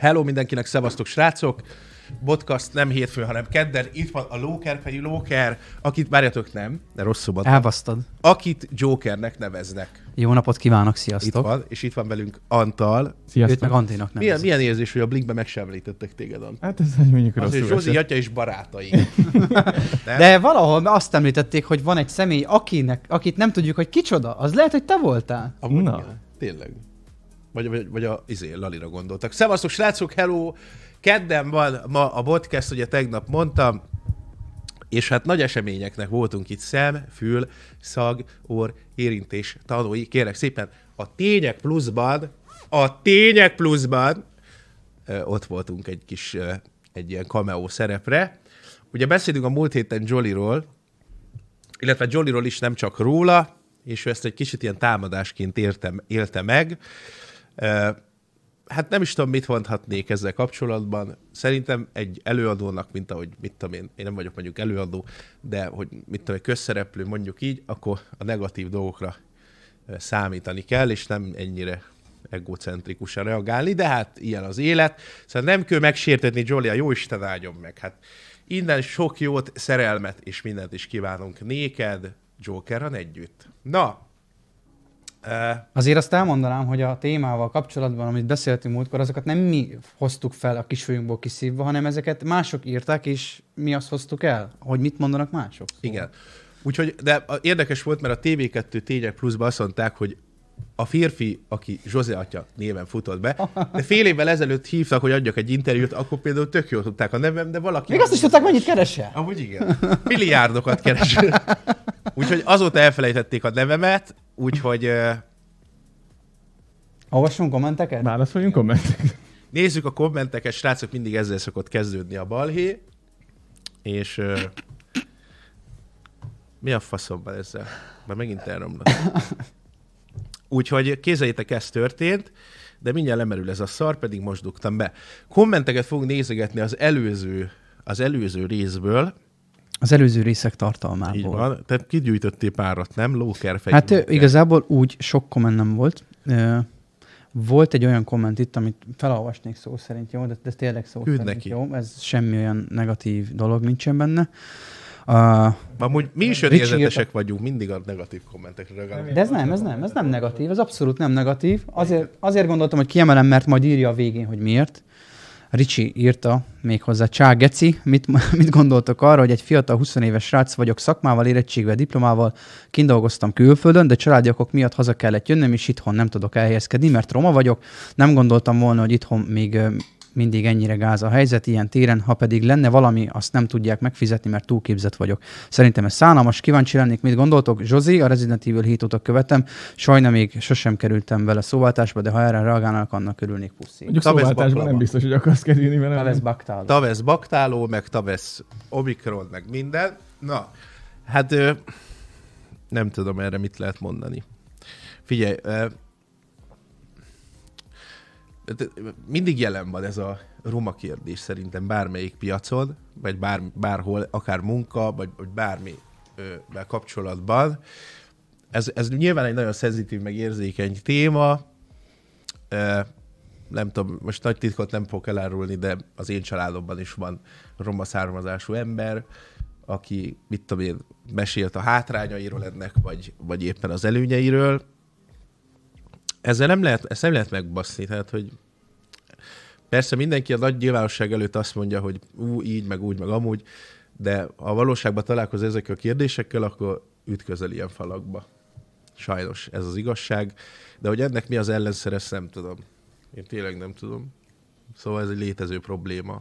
Hello mindenkinek, szevasztok srácok! Podcast nem hétfőn, hanem kedden. Itt van a lókerfejű Lóker, akit várjatok nem, de rosszul mondtam. Elbasztad. Akit Jokernek neveznek. Jó napot kívánok, sziasztok. Itt van, és itt van velünk Antal. Sziasztok. Őt meg Anténak nevezik. Milyen érzés, hogy a Blinkben meg sem említettek téged, Antal? Hát ez egy mondjuk Az, hogy rosszul Zsozi atya és barátai. De valahol azt említették, hogy van egy személy, akit nem tudjuk, hogy kicsoda. Az lehet, hogy te voltál. Amúgy igen, tényleg. Vagy a Lalira gondoltak. Szevasztok srácok, hello! Kedden van ma a podcast, ugye tegnap mondtam, és hát nagy eseményeknek voltunk itt szem, fül, szag, orr, érintés tanúi. Kérlek szépen, a Tények Pluszban ott voltunk egy ilyen cameo szerepre. Ugye beszélünk a múlt héten Jollyról, illetve Jollyról is, nem csak róla, és ő ezt egy kicsit ilyen támadásként élte meg. Hát nem is tudom, mit mondhatnék ezzel kapcsolatban. Szerintem egy előadónak, mint ahogy, mit tudom én nem vagyok mondjuk előadó, de hogy mit tudom, egy közszereplő mondjuk így, akkor a negatív dolgokra számítani kell, és nem ennyire egocentrikusan reagálni, de hát ilyen az élet. Szóval nem kell megsértetni Jolly, a jóisten áldjon meg. Hát innen sok jót, szerelmet és mindent is kívánunk néked, Jokerran együtt. Na, azért azt elmondanám, hogy a témával kapcsolatban, amit beszéltünk múltkor, azokat nem mi hoztuk fel a kisfiúnkból kiszívva, hanem ezeket mások írták, és mi azt hoztuk el, hogy mit mondanak mások. Szóval. Igen. Úgyhogy, de érdekes volt, mert a TV2 Tények Pluszban azt mondták, hogy a férfi, aki Zsozé atya néven futott be, de fél évvel ezelőtt hívtak, hogy adjak egy interjút, akkor például tök jól tudták a nevem, de valaki... Még azt is tudták, mennyit keresel? Amúgy igen. Milliárdokat keresel. Úgyhogy azóta elfelejtették a nevemet, úgyhogy... Olvassunk kommenteket? Válaszoljunk kommenteket. Nézzük a kommenteket, srácok, mindig ezzel szokott kezdődni a balhé. És... mi a faszomban ezzel? Már megint elromlott. Úgyhogy kézzeljétek, ez történt, de mindjárt lemerül ez a szar, pedig most dugtam be. Kommenteket fogunk nézegetni az előző részből. Az előző részek tartalmából. Így van. Tehát kigyűjtöttél párat, nem? Lókerfej. Hát igazából úgy sok komment nem volt. Volt egy olyan komment itt, amit felolvasnék szó szerint, jó? De tényleg szó Küld szerint, neki. jó? Ez semmi olyan negatív dolog nincsen benne. Amúgy mi is önérzetesek vagyunk, mindig a negatív kommentekre reagálunk. De ez nem negatív, ez abszolút nem negatív. Azért gondoltam, hogy kiemelem, mert majd írja a végén, hogy miért. Ricsi írta méghozzá, csá geci, mit gondoltok arra, hogy egy fiatal 20 éves srác vagyok, szakmával, érettségvel, diplomával, kint dolgoztam külföldön, de családi okok miatt haza kellett jönnöm, és itthon nem tudok elhelyezkedni, mert roma vagyok. Nem gondoltam volna, hogy itthon még mindig ennyire gáz a helyzet ilyen téren, ha pedig lenne valami, azt nem tudják megfizetni, mert túlképzett vagyok. Szerintem ez szánalmas, kíváncsi lennék, mit gondoltok? Zsozi, a Resident Evil 7 óta követem, sajna még sosem kerültem vele szóváltásba, de ha erre reagálnak, annak örülnék, puszi. Mondjuk szóváltásban nem biztos, hogy akarsz kerülni vele. Tavesz Baktáló, meg Tavesz Omikron, meg minden. Na, hát nem tudom erre mit lehet mondani. Figyelj, mindig jelen van ez a roma kérdés szerintem bármelyik piacon, vagy bárhol, akár munka, vagy bármivel kapcsolatban. Ez nyilván egy nagyon szenzitív, meg érzékeny téma. Nem tudom, most nagy titkot nem fogok elárulni, de az én családomban is van roma származású ember, aki, mit tudom én, mesélt a hátrányairól ennek, vagy éppen az előnyeiről. Ezt nem lehet megbaszni, tehát, hogy persze mindenki a nagy nyilvánosság előtt azt mondja, hogy így, meg úgy, meg amúgy, de ha a valóságban találkozol ezekkel a kérdésekkel, akkor ütközöl ilyen falakba. Sajnos ez az igazság, de hogy ennek mi az ellenszere, ezt nem tudom. Én tényleg nem tudom. Szóval ez egy létező probléma.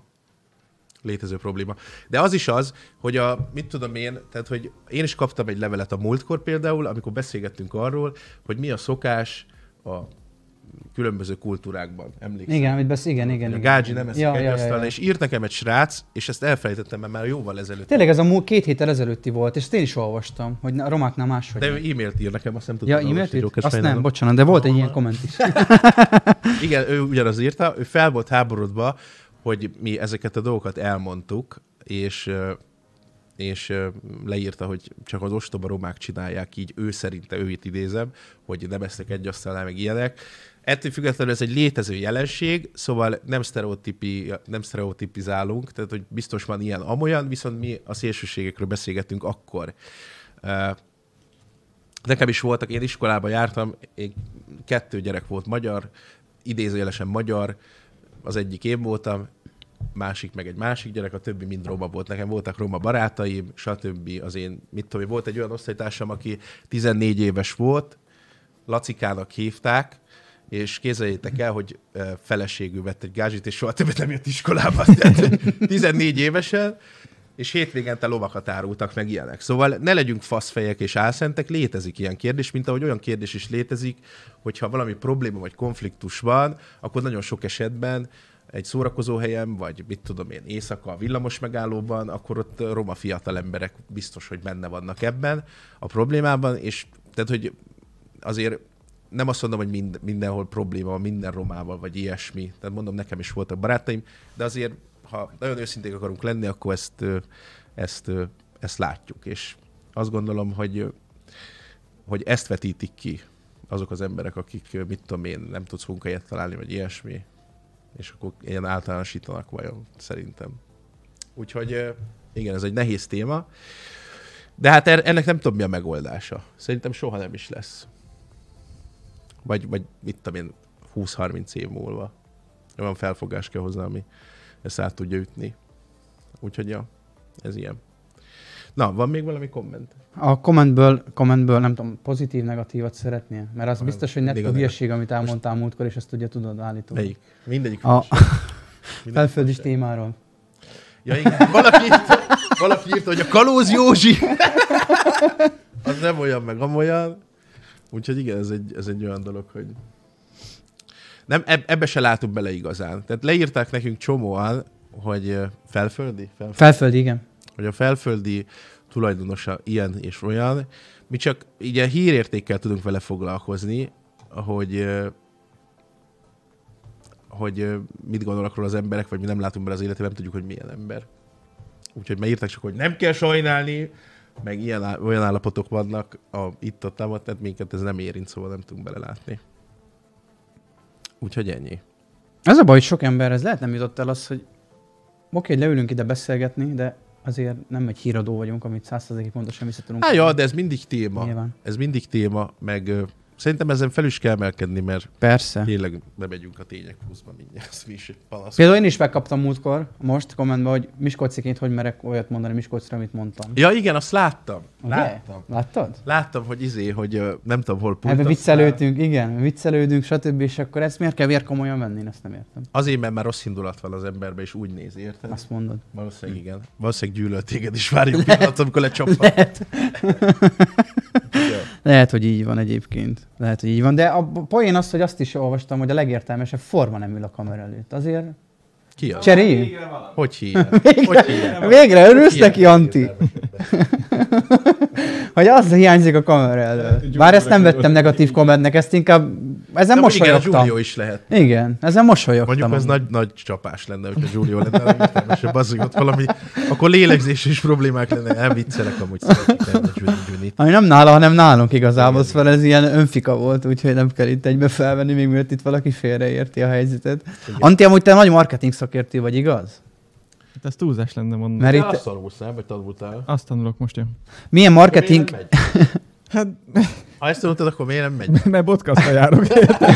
De az is az, hogy mit tudom én, tehát hogy én is kaptam egy levelet a múltkor például, amikor beszélgettünk arról, hogy mi a szokás a különböző kultúrákban. Emlékszem? Igen, amit igen. A gádzsi nem eszik egy asztalon, és írt nekem egy srác, és ezt elfelejtettem, mert már jóval ezelőtt. Tényleg ez a 2 héttel ezelőtti volt, és ezt én is olvastam, hogy a romáknál máshogy. De ő e-mailt ír nekem, azt nem tudom. Ja, e-mailt írt? Azt nem, bocsánat, de volt egy ilyen komment is. Igen, ő ugyanaz írta, ő fel volt háborodva, hogy mi ezeket a dolgokat elmondtuk, és leírta, hogy csak az ostoba romák csinálják így, ő szerinte, őt idézem, hogy nem esznek egy asztalnál, meg ilyenek. Ettől függetlenül ez egy létező jelenség, szóval nem sztereotipizálunk, tehát hogy biztos van ilyen amolyan, viszont mi a szélsőségekről beszélgetünk akkor. Nekem is voltak, én iskolába jártam, 2 gyerek volt magyar, idézőjelesen magyar, az egyik én voltam, másik meg egy másik gyerek, a többi mind roma volt. Nekem voltak roma barátaim, stb. Az én, volt egy olyan osztálytársam, aki 14 éves volt, Lacikának hívták, és képzeljétek el, hogy feleségül vett egy gázsit, és soha többet nem jött iskolába. 14 évesen, és hétvégente lovakat árultak, meg ilyenek. Szóval ne legyünk faszfejek és álszentek, létezik ilyen kérdés, mint ahogy olyan kérdés is létezik, hogyha valami probléma vagy konfliktus van, akkor nagyon sok esetben egy szórakozóhelyen, vagy mit tudom én, éjszaka a villamos megállóban, akkor ott roma fiatal emberek biztos, hogy benne vannak ebben a problémában, és tehát, hogy azért nem azt mondom, hogy mindenhol probléma van, minden romával, vagy ilyesmi. Tehát mondom, nekem is voltak barátaim, de azért, ha nagyon őszinték akarunk lenni, akkor ezt látjuk. És azt gondolom, hogy ezt vetítik ki azok az emberek, akik, mit tudom én, nem tudsz munkahelyet találni, vagy ilyesmi, és akkor ilyen általánosítanak vajon, szerintem. Úgyhogy igen, ez egy nehéz téma, de hát ennek nem tudom, mi a megoldása. Szerintem soha nem is lesz. Vagy mit tudom én, 20-30 év múlva. Olyan felfogás kell hozzá, ami ezt át tudja ütni. Úgyhogy ja, ez ilyen. Na, van még valami komment? A kommentből nem tudom, pozitív, negatívat szeretnél? Mert az biztos, hogy nettó hülyeség, amit elmondtál múltkor, és ezt ugye tudod állítani. Melyik? Mindegyik felföldi témáról. Ja igen, valaki írta, hogy a Kalóz Józsi az nem olyan meg amolyan. Úgyhogy igen, ez egy olyan dolog, hogy nem, ebbe se látunk bele igazán. Tehát leírták nekünk csomóan, hogy felföldi, igen. Hogy a felföldi tulajdonosa ilyen és olyan. Mi csak így a hírértékkel tudunk vele foglalkozni, hogy mit gondolnak róla az emberek, vagy mi nem látunk bele az életében, nem tudjuk, hogy milyen ember. Úgyhogy már írták csak, hogy nem kell sajnálni, meg olyan állapotok vannak itt-ott, tehát minket ez nem érint, szóval nem tudunk belelátni. Úgyhogy ennyi. Az a baj, hogy sok emberhez lehet nem jutott el az, hogy oké, leülünk ide beszélgetni, de azért nem egy híradó vagyunk, amit 100%-ig pontosan vissza tudunk. Ja, de ez mindig téma. Nyilván. Ez mindig téma, meg szerintem ezen fel is kell emelkedni, mert persze. Tényleg bemegyünk a tények pluszba mindjárt. Ez mi is egy panasz. Például én is megkaptam múltkor, most kommentben, hogy Miskolciként hogy merek olyat mondani Miskolcra, amit mondtam. Ja igen, azt láttam. Láttad? Láttam, hogy nem tudom, hol pult. Ebben viccelődünk, igen, viccelődünk, stb. És akkor ezt miért kell vérkomolyan venni? Én ezt nem értem. Azért, mert már rossz indulat van az emberben, és úgy nézi, érted? Azt mondod. Valószínűleg igen. Valószínűleg gyűlölt téged is várjuk pillanat, amikor lecsaphat. Lehet. Lehet, hogy így van egyébként. Lehet, hogy így van. De a poén az, hogy azt is olvastam, hogy a legértelmesebb forma nem ül a kamera előtt. Azért... Ki az? Cseréljünk? Hogy hívják? Végre örülsz neki, Anti? Hogy az hiányzik a kamera előtt. Bár ezt nem vettem negatív kommentnek, ezt inkább... Ezen mosolyogtam. Igen, a Giulio is lehet. Igen, ezen mosolyogtam. Mondjuk ez nagy csapás lenne, hogyha Giulio lenne a legértelmesebb, az, hogy ott valami, akkor lélegzés is problémák lenne. Elviccelek amúgy szeretnék. Ami nem nála, hanem nálunk igazából, szóval ez ilyen önfika volt, úgyhogy nem kell itt egybe felvenni, még mielőtt itt valaki félreérti a helyzetet. Igen. Anti, amúgy te nagy marketing szakértő vagy, igaz? Hát ez túlzás lenne mondani. Mert itt... Azt tanulsz, nem? Vagy tanultál? Azt tanulok most, ja. Milyen marketing... Hát... Ha ezt tanultad, akkor miért nem megy? Mert podcastra járok.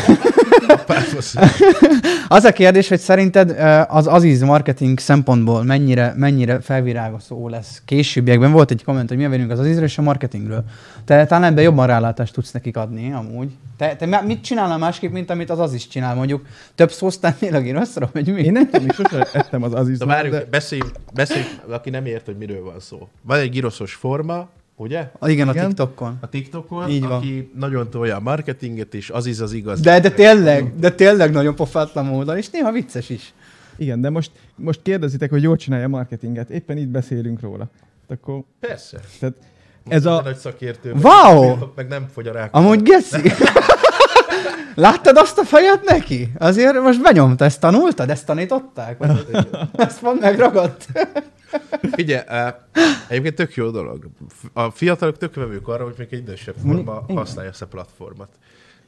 Az a kérdés, hogy szerinted az Aziz marketing szempontból mennyire felvirágozó lesz későbbiekben? Volt egy komment, hogy mi a véleményünk az Azizről és a marketingről. Te talán ebben jobban rálátást tudsz nekik adni, amúgy. Te mit csinálnál másképp, mint amit az Aziz csinál? Mondjuk több szózt tennél a gyroszra, vagy mi? Én nem tudom, sosem ettem az Azizról. De várjuk, beszéljünk, aki nem ért, hogy miről van szó. Van egy gyroszos forma, ugye? Igen, a TikTokon. A TikTokon, így van. Aki nagyon tolja a marketinget, és Aziz az igaz. De tényleg nagyon pofátlan módon, és néha vicces is. Igen, de most kérdezitek, hogy jól csinálja a marketinget. Éppen itt beszélünk róla. Akkor... Persze. Tehát ez a... nagy szakértő. Wow! Meg nem fogy a rák. Amúgy geci. Láttad azt a fejet neki? Azért most benyomta, ezt tanultad? Ezt tanították? Ezt pont megragadt. Figyelj, egyébként tök jó dolog. A fiatalok tök vevők arra, hogy még egy idősebb forma használja ezt a platformot.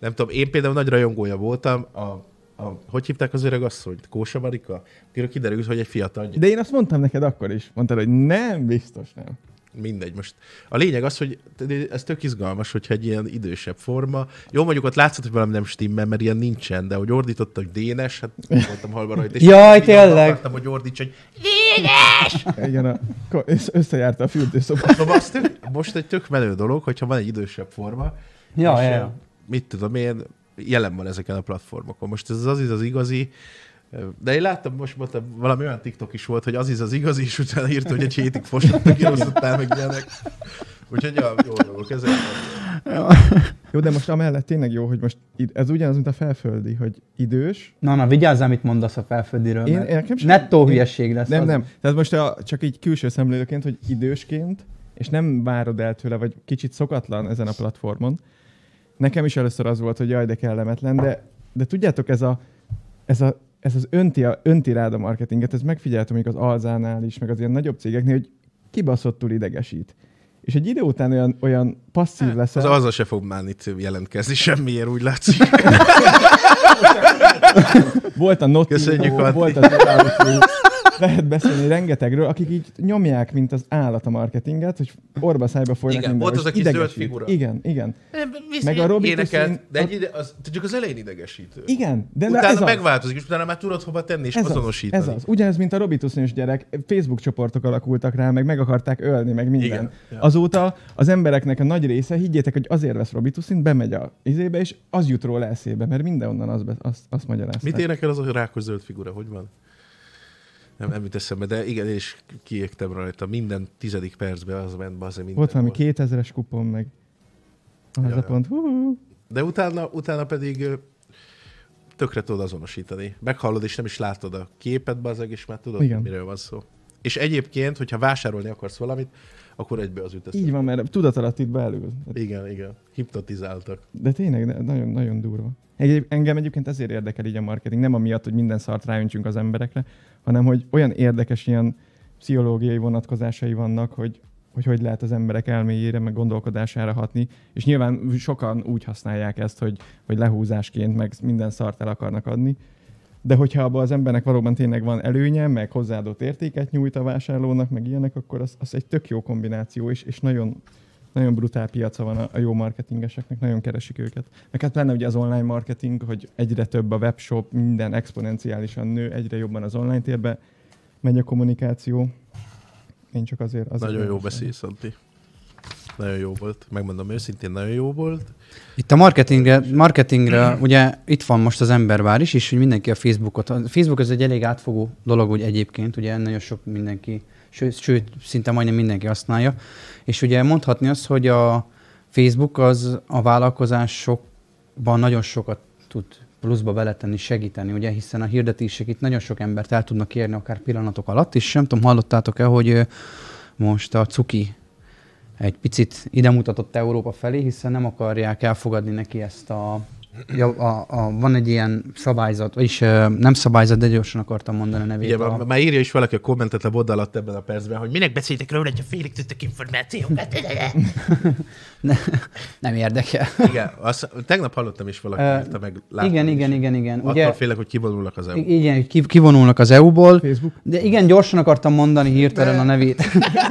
Nem tudom, én például nagy rajongója voltam hogy hívták az öreg asszonyt? Kósa Marika? Akiről kiderült, hogy egy fiatal. De én azt mondtam neked akkor is. Mondtad, hogy nem, biztos nem. Mindegy. Most a lényeg az, hogy ez tök izgalmas, hogyha egy ilyen idősebb forma. Jó, mondjuk ott látszott, hogy valami nem stimmel, mert ilyen nincsen, de hogy ordítottak, hogy Dénes, hát voltam halva rajta. És Jaj, tényleg! akartam, hogy ordíts, hogy Dénes! Igen, összejárta a fürdőszobát. Szóval most egy tök menő dolog, hogyha van egy idősebb forma, Ja. mit tudom én, jelen van ezeken a platformokon. Most ez az Aziz az igazi, de én láttam most valami olyan TikTok is volt, hogy Aziz az igazi, és utána írta, hogy egy hétig fosott, kirosztottál meg ilyenek. Úgyhogy jó dolgok, ezek. Jó, de most amellett tényleg jó, hogy most ez ugyanaz, mint a felföldi, hogy idős. Na, vigyázzál, mit mondasz a felföldiről, mert Én nettó hülyeség lesz. Nem. Tehát most csak így külső szemlélőként, hogy idősként, és nem várod el tőle, vagy kicsit szokatlan ezen a platformon. Nekem is először az volt, hogy jaj, de kellemetlen, de tudjátok, ez az önti rád a marketinget, ez megfigyeltem még az Alzánál is, meg az ilyen nagyobb cégeknél, hogy kibaszottul idegesít. És egy idő után olyan passzív leszel. Az azzal se fog már itt jelentkezni semmiért, úgy látszik. Volt a Noti, volt a Reality, lehet beszélni rengetegről, akik így nyomják, mint az állat a marketinget, hogy orba szájba folynak minden. Volt az a kis zöld figura. Igen. Meg a Robi énekelt, de csak az elején idegesítő. Igen. De utána megváltozik, és utána már tudod hova tenni, és azonosítani. Ez az. Ugyanez, mint a Robi Tusznyos gyerek. Facebook csoportok alakultak rá, meg akarták ölni, meg minden. Igen. Azóta az embereknek a nagy része, higgyétek, hogy azért vesz Robi Tuszint, bemegy a izébe, és az jut róla eszébe, mert mindenonnan azt magyarázták. Mit énekel az a rákos zöld figura? Hogy van? Nem jut eszembe, de igen, én is kiégtem rajta. Minden 10. percben az ment be, azért minden. Ott valami 2000-es kupon, meg az a pont. De utána pedig tökre tudod azonosítani. Meghallod, és nem is látod a képet, bazeg, és már tudod, igen, miről van szó. És egyébként, hogyha vásárolni akarsz valamit, akkor egybe az ütesz. Így van, mert tudatalatt itt belül. Igen. Hipnotizáltak. De tényleg nagyon, nagyon durva. Engem egyébként ezért érdekel így a marketing. Nem amiatt, hogy minden szart ráöntsünk az emberekre, hanem hogy olyan érdekes ilyen pszichológiai vonatkozásai vannak, hogy lehet az emberek elméjére, meg gondolkodására hatni. És nyilván sokan úgy használják ezt, hogy lehúzásként, meg minden szart el akarnak adni. De hogyha abban az embernek valóban tényleg van előnye, meg hozzáadott értéket nyújt a vásárlónak, meg ilyenek, akkor az egy tök jó kombináció, és nagyon, nagyon brutál piaca van a jó marketingeseknek, nagyon keresik őket. Meg hát pláne ugye az online marketing, hogy egyre több a webshop, minden exponenciálisan nő, egyre jobban az online térbe megy a kommunikáció. Én csak azért nagyon jó beszélsz, Santi. Nagyon jó volt. Megmondom őszintén, nagyon jó volt. Itt a marketingre ugye itt van most az embervár is, és hogy mindenki a Facebookot. A Facebook az egy elég átfogó dolog úgy egyébként, ugye nagyon sok mindenki, sőt, szinte majdnem mindenki használja. És ugye mondhatni azt, hogy a Facebook az a vállalkozásokban nagyon sokat tud pluszba beletenni, segíteni, ugye, hiszen a hirdetések itt nagyon sok embert el tudnak érni akár pillanatok alatt, és nem tudom, hallottátok-e, hogy most a cuki egy picit ide mutatott Európa felé, hiszen nem akarják elfogadni neki ezt van egy ilyen szabályzat, vagyis nem szabályzat, de gyorsan akartam mondani a nevét. Igen, már írja is valaki a kommentet a bot alatt ebben a percben, hogy minek beszéltek róla, hogyha félig tudtak információkat. Nem érdekel. Igen, tegnap hallottam is valaki írta meg. Igen. Attól ugye, félek, hogy kivonulnak az EU. Igen, kivonulnak az EU-ból. Facebook. De igen, gyorsan akartam mondani hirtelen a nevét.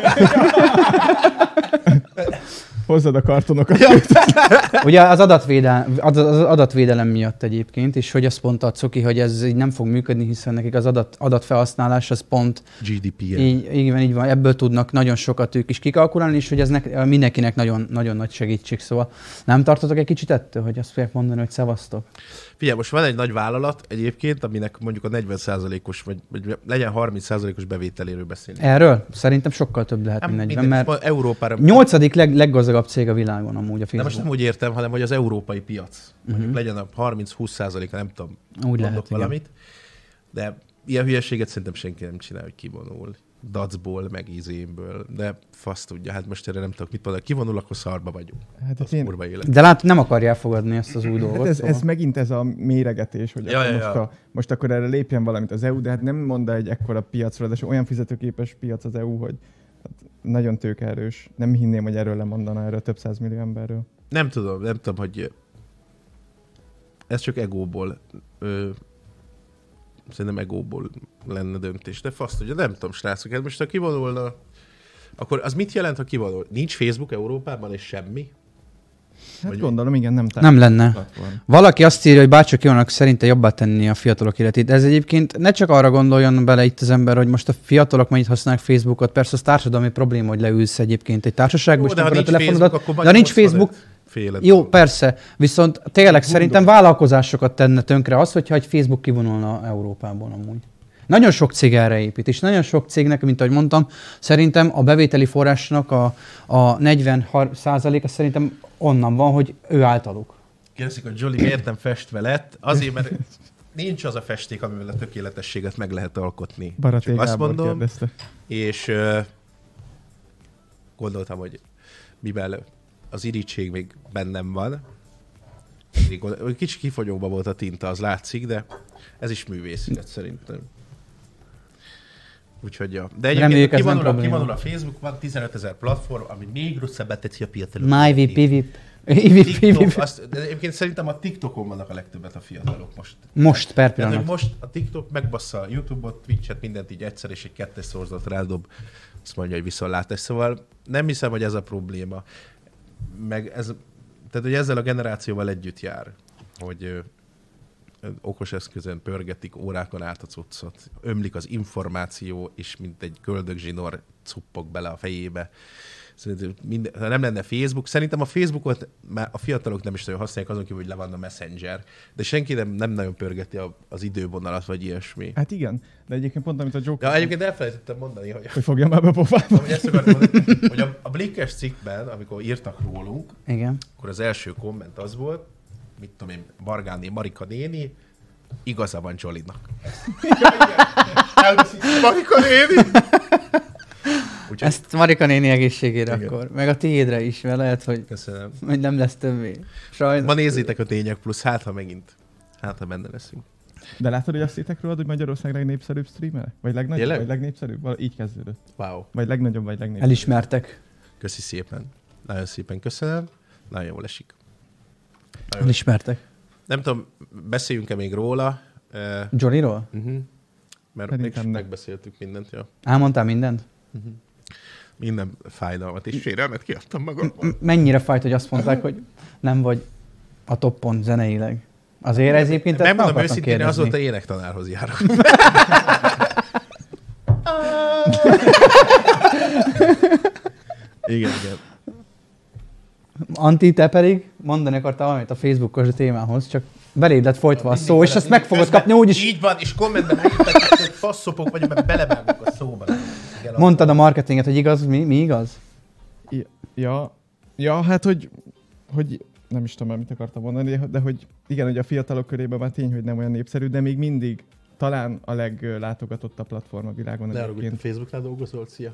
Hozzad a kartonokat. Ugye az adatvédelem miatt egyébként, és hogy azt mondta a Coki, hogy ez így nem fog működni, hiszen nekik az adatfelhasználás az pont GDPR. Így van, ebből tudnak nagyon sokat ők is kikalkulálni, és hogy ez mindenkinek nagyon, nagyon nagy segítség. Szóval nem tartotok egy kicsit ettől, hogy azt fogják mondani, hogy szevasztok? Figyelj, most van egy nagy vállalat egyébként, aminek mondjuk a 40%-os, vagy legyen 30%-os bevételéről beszélni. Erről? Szerintem sokkal több lehet, mint 40, mert Európára... 8. leggazdagabb cég a világon amúgy a Facebook. De most nem úgy értem, hanem hogy az európai piac. Mondjuk legyen a 30-20%-a, nem tudom, úgy lehet, valamit. Igen. De ilyen hülyeséget szerintem senki nem csinál, hogy kivonul. Dacból, meg ízénből, de fasz tudja, hát most erre nem tudok mit mondani. Kivonul, akkor szarba vagyunk. Hát az kurva élet. De nem akarja elfogadni ezt az új dolgot. Hát ez megint ez a méregetés, hogy most akkor erre lépjen valamit az EU, de hát nem mond egy ekkora piacról, de olyan fizetőképes piac az EU, hogy hát nagyon tőkeerős. Nem hinném, hogy erről lemondana, erről több 100 millió emberről. Nem tudom, hogy ez csak egóból, szerintem egóból lenne döntés. De fasz, ugye nem tudom, srácok, hát most ha kivonulna, akkor az mit jelent, ha kivonul? Nincs Facebook Európában és semmi? Hát Vagy gondolom, igen, Nem lenne. platform. Valaki azt írja, hogy bárcsak kívánnak szerinte jobbá tenni a fiatalok életét. De ez egyébként ne csak arra gondoljon bele itt az ember, hogy most a fiatalok mennyit használnak Facebookot. Persze az társadalmi probléma, hogy leülsz egyébként egy társaságba, és de ha a nincs telefonodat. Facebook, akkor De ha nincs Facebook, féled. jó, persze. Viszont tényleg szerintem vállalkozásokat tenne tönkre az, hogyha egy Facebook kivonulna Európából amúgy. Nagyon sok cég erre épít, és nagyon sok cégnek, mint ahogy mondtam, szerintem a bevételi forrásnak a 40%-a szerintem onnan van, hogy ő általuk. Kérdezik, hogy Jolly miért nem festve lett? Azért, mert nincs az a festék, amivel a tökéletességet meg lehet alkotni. Baraté Csak azt Gábor mondom, kérdezte. és gondoltam, hogy mivel az irítség még bennem van, kicsi kifogyóba volt a tinta, az látszik, de ez is művészet szerintem. Úgyhogy ja. De Reméljük, egyébként ez nem probléma. kivonul a Facebook, van 15 000 platform, ami még rosszabbá teszi a fiatalok. MyVip, életét. TikTok, de egyébként szerintem a TikTokon vannak a legtöbbet a fiatalok most. Most per Tehát, hogy pillanat. most a TikTok megbassza a YouTube-ot, Twitch-et, mindent így egyszer, és egy kettes szorzat rádob, azt mondja, hogy viszontlátás. Szóval nem hiszem, hogy ez a probléma. Meg ez, tehát, hogy ezzel a generációval együtt jár, hogy okos eszközön pörgetik órákon át a cuccot. Ömlik az információ, és mint egy köldögzsinór cuppog bele a fejébe. Szerintem ha nem lenne Facebook, szerintem a Facebookot már a fiatalok nem is nagyon használják, azon kívül, hogy le van a Messenger, de senki nem nagyon pörgeti az idővonalat, vagy ilyesmi. Hát igen, de egyébként pont amit a Joker... Ja, egyébként elfelejtettem mondani, hogy Hogy fogjam már be pofába. hogy ezt akartam mondani, hogy a Blinkes cikkben, amikor írtak rólunk, Igen. akkor az első komment az volt, mit tudom én, Bargáné Marika néni, igaza van Jollynak. Marika néni! Úgyhogy Ezt Marika néni egészségére Igen. akkor. Meg a tiédre is, mert lehet, hogy köszönöm. nem lesz többé. Sajnos. Ma nézzétek a Tények Plusz, hát ha benne leszünk. De látod, hogy azt hittek rólad, hogy Magyarország legnépszerűbb streamer? Vagy legnagyobb, Tényleg? vagy legnépszerűbb? Így kezdődött. Wow. Vagy legnagyobb, vagy legnépszerűbb. Elismertek. Köszi szépen. Nagyon szépen köszönöm. Nagyon jól esik. Nagyon Elismertek. Nem tudom, beszéljünk-e még róla? Johnnyról? Mert Szerintem nem. megbeszéltük mindent, ja. Elmondtál mindent? Minden fájdalmat és sérelmet kiadtam magamban. Mennyire fájt, hogy azt mondták, hogy nem vagy a toppon zeneileg? Azért ez egyébként ezt meg Megmondom akartam őszintén, kérdezni. azóta énektanárhoz járok. Igen. Anti, te pedig mondani akartál valamit a Facebookos témához, csak beléd lett folytva a szó, és ezt meg fogod kapni úgyis. Így van, és kommentben megírták, hogy faszopok vagyok, mert belevágok a szóba. Igen, Mondtad a marketinget, hogy igaz, mi igaz? Ja, hát hogy nem is tudom már, mit akartam mondani, de hogy igen, hogy a fiatalok körében már tény, hogy nem olyan népszerű, de még mindig talán a leglátogatottabb platform a világon Ne arra, hogy egyébként. Facebooknál dolgozol, szia.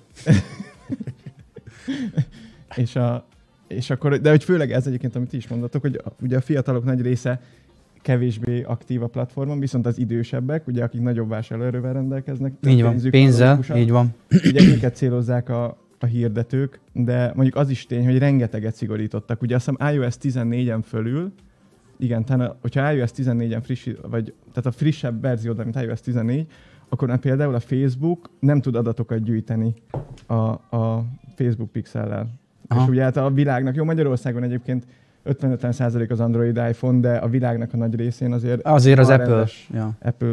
És akkor, de hogy főleg ez egyébként, amit ti is mondatok, hogy ugye a fiatalok nagy része kevésbé aktív a platformon, viszont az idősebbek, ugye akik nagyobb vásárlóerővel rendelkeznek. Így van, pénzzel, logikusan, így van. ugye őket célozzák a hirdetők, de mondjuk az is tény, hogy rengeteget szigorítottak. Ugye azt hiszem iOS 14-en fölül, igen, hogyha iOS 14-en tehát a frissebb verzió, mint iOS 14, akkor már például a Facebook nem tud adatokat gyűjteni a Facebook Pixellel. Aha. És ugye hát a világnak, jó, Magyarországon egyébként 50-50% az Android iPhone, de a világnak a nagy részén azért Az van Apple. rendes Ja. Apple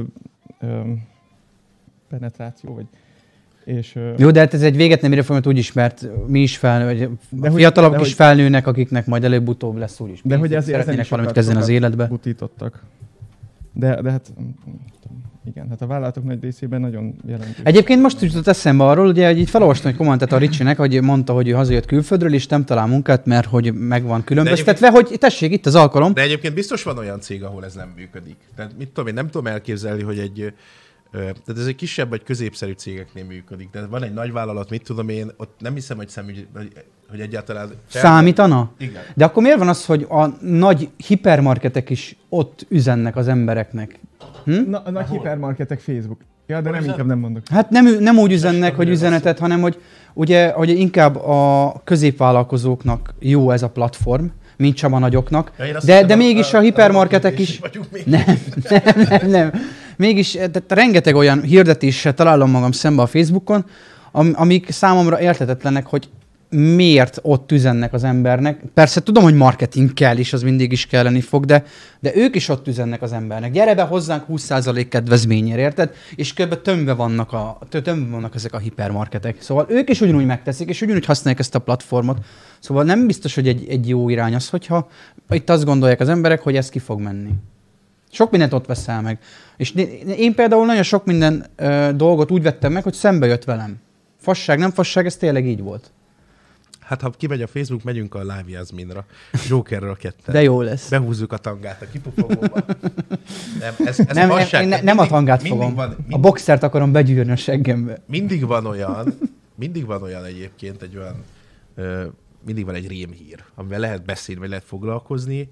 penetráció, vagy és, Jó, de hát ez egy véget nem érő folyamat úgyis, mert mi is felnő, De a hogy- fiatalok de is hogy- felnőnek, akiknek majd előbb-utóbb lesz úgyis. de hogy pénzük, ezért szeretnének ezen is valamit kezdeni az sokat életbe. butítottak. De hát nem tudom, igen, hát a vállalatok nagy részében nagyon jelentős. Egyébként most jutott eszembe arról, ugye, hogy itt felolvastam egy kommentet a Ricsinek, hogy mondta, hogy ő hazajött külföldről, és nem talál munkát, mert hogy meg van különböztetve, hogy tessék, itt az alkalom. De egyébként biztos van olyan cég, ahol ez nem működik. Tehát mit tudom én, nem tudom elképzelni, hogy tehát ez egy kisebb vagy középszerű cégeknél működik. De van egy nagy vállalat, mit tudom én, ott nem hiszem, hogy hogy egyáltalán... Számítana? Igen. De akkor miért van az, hogy a nagy hipermarketek is ott üzennek az embereknek? A nagy hipermarketek Facebook. Ja, de Hol nem, üzen? inkább nem mondok. Hát nem úgy üzennek, hogy üzenetet, hanem hogy ugye inkább a középvállalkozóknak jó ez a platform, mint sem a nagyoknak. Ja, De mégis a hipermarketek is... Nem. Mégis tehát rengeteg olyan hirdetéssel találom magam szembe a Facebookon, amik számomra érthetetlenek, hogy miért ott üzennek az embernek. Persze tudom, hogy marketing kell, és az mindig is kelleni fog, de ők is ott üzennek az embernek. Gyere be hozzánk 20% kedvezményért, érted? És kb. Tömve vannak ezek a hipermarketek. Szóval ők is ugyanúgy megteszik, és ugyanúgy használják ezt a platformot. Szóval nem biztos, hogy egy jó irány az, hogyha itt azt gondolják az emberek, hogy ez ki fog menni. Sok mindent ott veszel meg. És én például nagyon sok minden dolgot úgy vettem meg, hogy szembe jött velem. Fasság, nem fasság, ez tényleg így volt. Hát ha kimegy a Facebook, megyünk a Live Jasminra. Jokerről a ketten. De jó lesz. Behúzzuk a tangát a kipufogóba. Ez nem, fasság. nem a tangát fogom. A boxert akarom begyűrni a seggembe. Mindig van olyan egyébként, mindig van egy rémhír, amivel lehet beszélni, vagy lehet foglalkozni.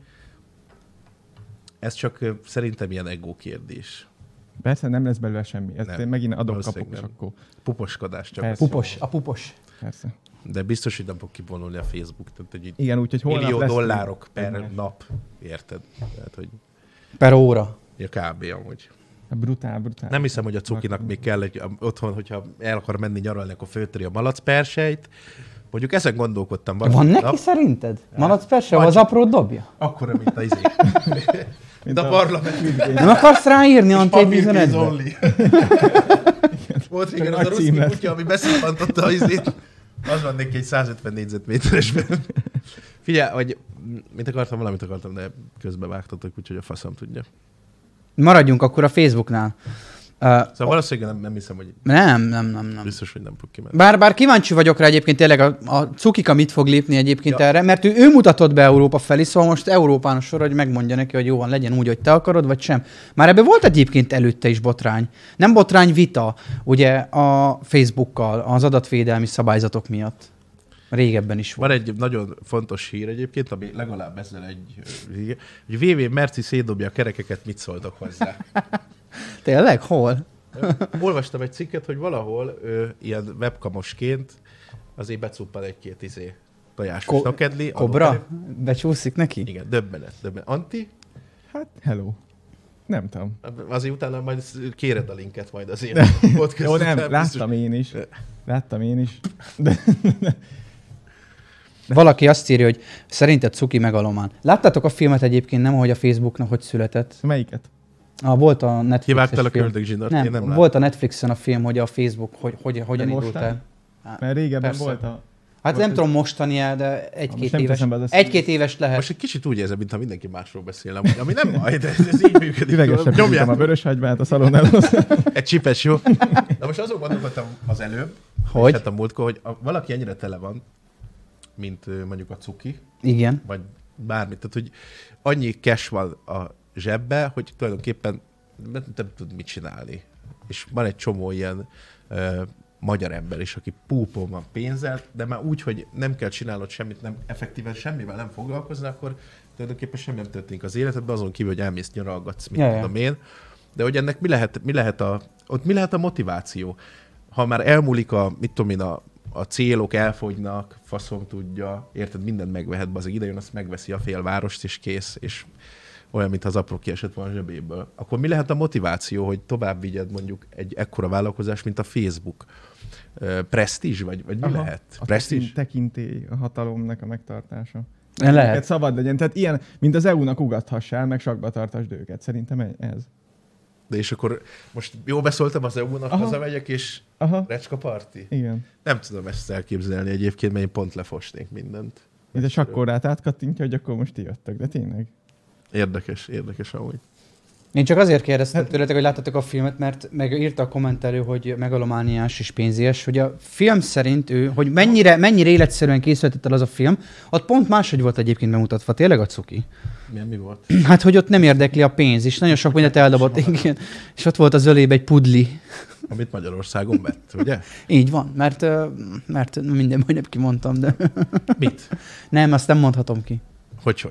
Ez csak szerintem ilyen ego kérdés. Persze nem lesz belőle semmi. Ezt Nem, megint adok-kapok, és akkor... Puposkodás csak. Persze. A pupos. Persze. De biztos, hogy nem fog kivonulni a Facebook. Tehát, hogy Igen, úgyhogy holnap millió lesz dollárok per igen. nap, érted? Tehát, hogy Per óra. kb. Amúgy. Brutál. Nem hiszem, hogy a cukinak még kell otthon, hogyha el akar menni nyaralni, akkor föltöri a malacperseit. Mondjuk ezen gondolkodtam. Van neki szerinted? Malacperse, az apró dobja? Akkora, mint a izé. mint a parlament. Nem akarsz ráírni Antti üzenetbe? Volt régen az a ruszki kutya, ami beszippantotta az izét. Az van neki egy 150 négyzetméteresben. Figyelj, hogy valamit akartam, de közbe vágtatok, úgyhogy a faszom tudja. Maradjunk akkor a Facebooknál. Szóval valószínűleg nem hiszem, hogy... Nem. Biztos, hogy nem fog kimenni. Bár kíváncsi vagyok rá egyébként tényleg a cukika mit fog lépni egyébként erre, mert ő mutatott be Európa felé, szóval most Európán a sor, hogy megmondja neki, hogy jó van, legyen úgy, hogy te akarod, vagy sem. Már ebben volt egyébként előtte is botrány. Nem botrány, vita, ugye a Facebookkal, az adatvédelmi szabályzatok miatt. Régebben is volt. Van egy nagyon fontos hír egyébként, ami legalább ezzel hogy VV Merci szétdobja a kerekeket, mit szóltak hozzá. Tényleg? Hol? Olvastam egy cikket, hogy valahol ilyen webkamosként azért becuppan egy-két tojásos nakedli. Kobra? Becsúszik neki? Igen, döbbenet. Anti? Hát, hello. Nem tudom. Azért utána majd kéred a linket majd azért. Jó, nem, láttam én is. De... Valaki azt írja, hogy szerinted cuki megalomán. Láttátok a filmet egyébként, nem, hogy a Facebooknak hogy született? Melyiket? Volt a Netflixes Kivágtál a film. köldögzsinort? Nem, volt a Netflixen a film, hogy a Facebook hogyan indult el. Mert régebben Persze. volt a... Hát nem tudom mostani de egy-két nem éves. teszem be az Egy-két éves lehet. Most egy kicsit úgy érzem, mintha mindenki másról beszélne, ami nem baj, de ez így működik. Üvegesen nyomjam a vöröshagymát a szalon előtt. Egy csipes, jó? Na most azon gondolkodtam az előbb, hogy? Hát a múltkor, hogy valaki ennyire tele van, mint mondjuk a cuki, Igen. vagy bármit. Tehát, hogy annyi cash van a zsebbe, hogy tulajdonképpen nem tud mit csinálni. És van egy csomó ilyen magyar ember is, aki púpon van pénzzel, de már úgy, hogy nem kell csinálnod semmit, nem effektíven semmivel nem foglalkozni, akkor tulajdonképpen semmi nem történik az életedben, azon kívül, hogy elmész, nyaralgatsz, mit tudom én. De hogy ennek mi lehet a motiváció? Ha már elmúlik a célok elfogynak, faszom tudja, érted, mindent megvehet, bazeg idejön, azt megveszi a félvárost, és kész, és olyan, mintha az apró kiesett volna a zsebéből. Akkor mi lehet a motiváció, hogy tovább vigyed mondjuk egy ekkora vállalkozás, mint a Facebook? Presztízs, vagy mi lehet? Presztízs? Tekintély a hatalomnak a megtartása. Lehet. Szabad legyen. Tehát ilyen, mint az EU-nak ugathassál, meg sakba tartasd őket. Szerintem ez. De és akkor most jó beszóltam az EU-nak, hazamegyek, és recska parti? Igen. Nem tudom ezt elképzelni egyébként, mert én pont lefosnék mindent. Mint a sakkorát átkattintja, hogy akkor most ti jöttök, de tényleg. Érdekes amúgy. Én csak azért kérdeztem tőletek, hogy láttatok a filmet, mert megírta a kommentelő, hogy megalomániás és pénzélyes, hogy a film szerint ő, hogy mennyire életszerűen készültett el az a film, ott pont máshogy volt egyébként bemutatva, tényleg a cuki. Mi volt? Hát, hogy ott nem érdekli a pénz, és nagyon sok mindent eldobott, igen. És ott volt az ölébe egy pudli. Amit Magyarországon vett, ugye? Így van, mert minden majdnem kimondtam, de... Mit? Nem, azt nem mondhatom ki. Hogy?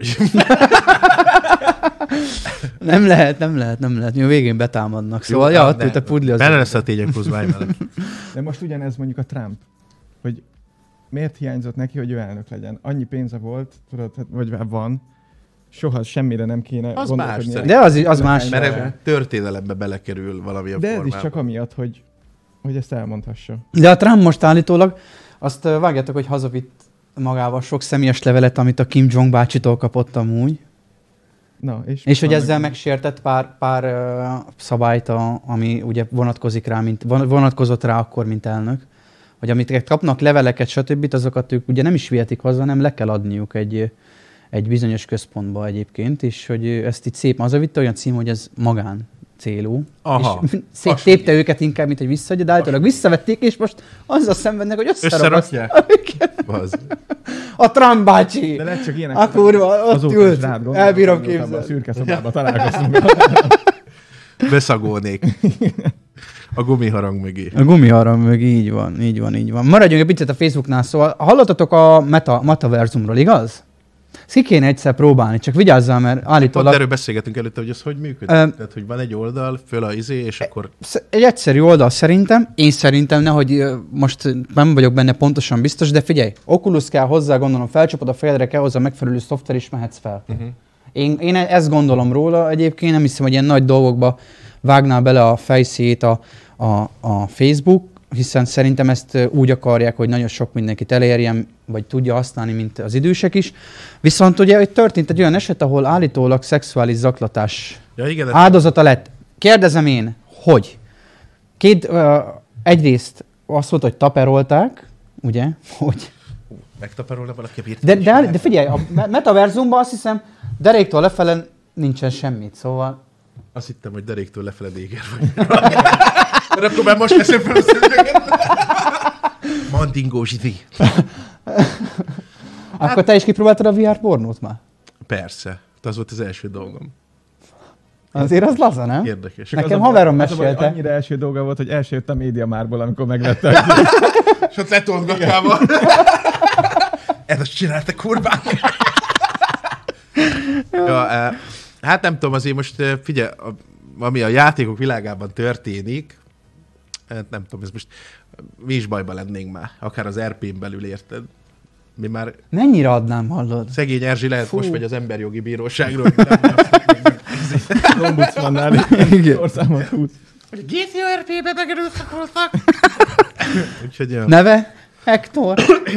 Nem lehet. Mi a végén betámadnak. Szóval, ja, ott ült a pudli az... Benne lesz a tények plusz mellett. De most ugyanez mondjuk a Trump, hogy miért hiányzott neki, hogy ő elnök legyen? Annyi pénze volt, tudod, vagy van, soha semmire nem kéne Az más gondolkodni. szerintem. De az más. Mert történelembe belekerül valamilyen De ez formában. is csak amiatt, hogy ezt elmondhassa. De a Trump most állítólag, azt vágjátok, hogy hazavitt magával sok személyes levelet, amit a Kim Jong bácsitól kapott amúgy. Na, És hogy ezzel megsértett pár szabályt, ami ugye vonatkozik rá, vonatkozott rá akkor, mint elnök. Hogy amit kapnak leveleket, stb., azokat ők ugye nem is vihetik haza, hanem le kell adniuk egy bizonyos központba egyébként, és hogy ezt itt szépen hazavitte, olyan cím, hogy ez magán célú. Aha. És széttépte őket inkább, mint hogy visszaadja, de általában visszavették, és most azzal szenvednek, hogy Összerakják? Az. A Trump bácsi! De lehet csak ilyenek. A kurva, ott azóta ült. is rád gondolok, Elbírom amióta abban képzelni. A szürke szobában találkoztunk. Beszagolnék. A gumiharang mögé. A gumiharang mögé, így van. Maradjunk egy picit a Facebooknál, szóval hallottatok a metaverzumról, igaz? Ezt ki kéne egyszer próbálni, csak vigyázzál, mert Pont állítólag... erről beszélgetünk előtte, hogy ez hogy működik. Tehát, hogy van egy oldal, föl a és akkor... Egy egyszerű oldal szerintem, én szerintem, nehogy most nem vagyok benne pontosan biztos, de figyelj, Oculus kell hozzá, gondolom, felcsapod a fejedre, kell hozzá megfelelő szoftver, és mehetsz fel. Én ezt gondolom róla egyébként, nem hiszem, hogy ilyen nagy dolgokba vágná bele a fejszét a Facebook, hiszen szerintem ezt úgy akarják, hogy nagyon sok mindenkit elérjen, vagy tudja használni, mint az idősek is. Viszont ugye hogy történt egy olyan eset, ahol állítólag szexuális zaklatás áldozata lett. Kérdezem én, hogy? Egyrészt azt mondta, hogy taperolták, ugye? Hogy? Megtaperolna valaki a virtuális De figyelj, a metaverzumban azt hiszem, deréktől lefele nincsen semmit, szóval... Azt hittem, hogy deréktől lefele éger vagy. Mert akkor már most veszem fel a szövegeket. Mandingó zsidi. Akkor te is kipróbáltad a VR pornót már? Persze. Az volt az első dolgom. Azért az laza, nem? Érdekes. Nekem haverom Az a baj, mesélte. annyira első dolga volt, hogy első jött a Médiamárból, amikor megvette. És ott letolgatával. Ez azt csinálta, kurvák. Hát nem tudom, azért most figyelj, ami a játékok világában történik, hát nem tudom, ez most mi is bajba lennénk már, akár az RP-n belül, érted? Mi már... Mennyire adnám, hallod? Szegény Erzsi lehet most megy az emberjogi bíróságról. Ombudsmannál orszámot húz. Hogy a GCRP-be megerőszakoltak. Úgyhogy ja. Neve? Hector.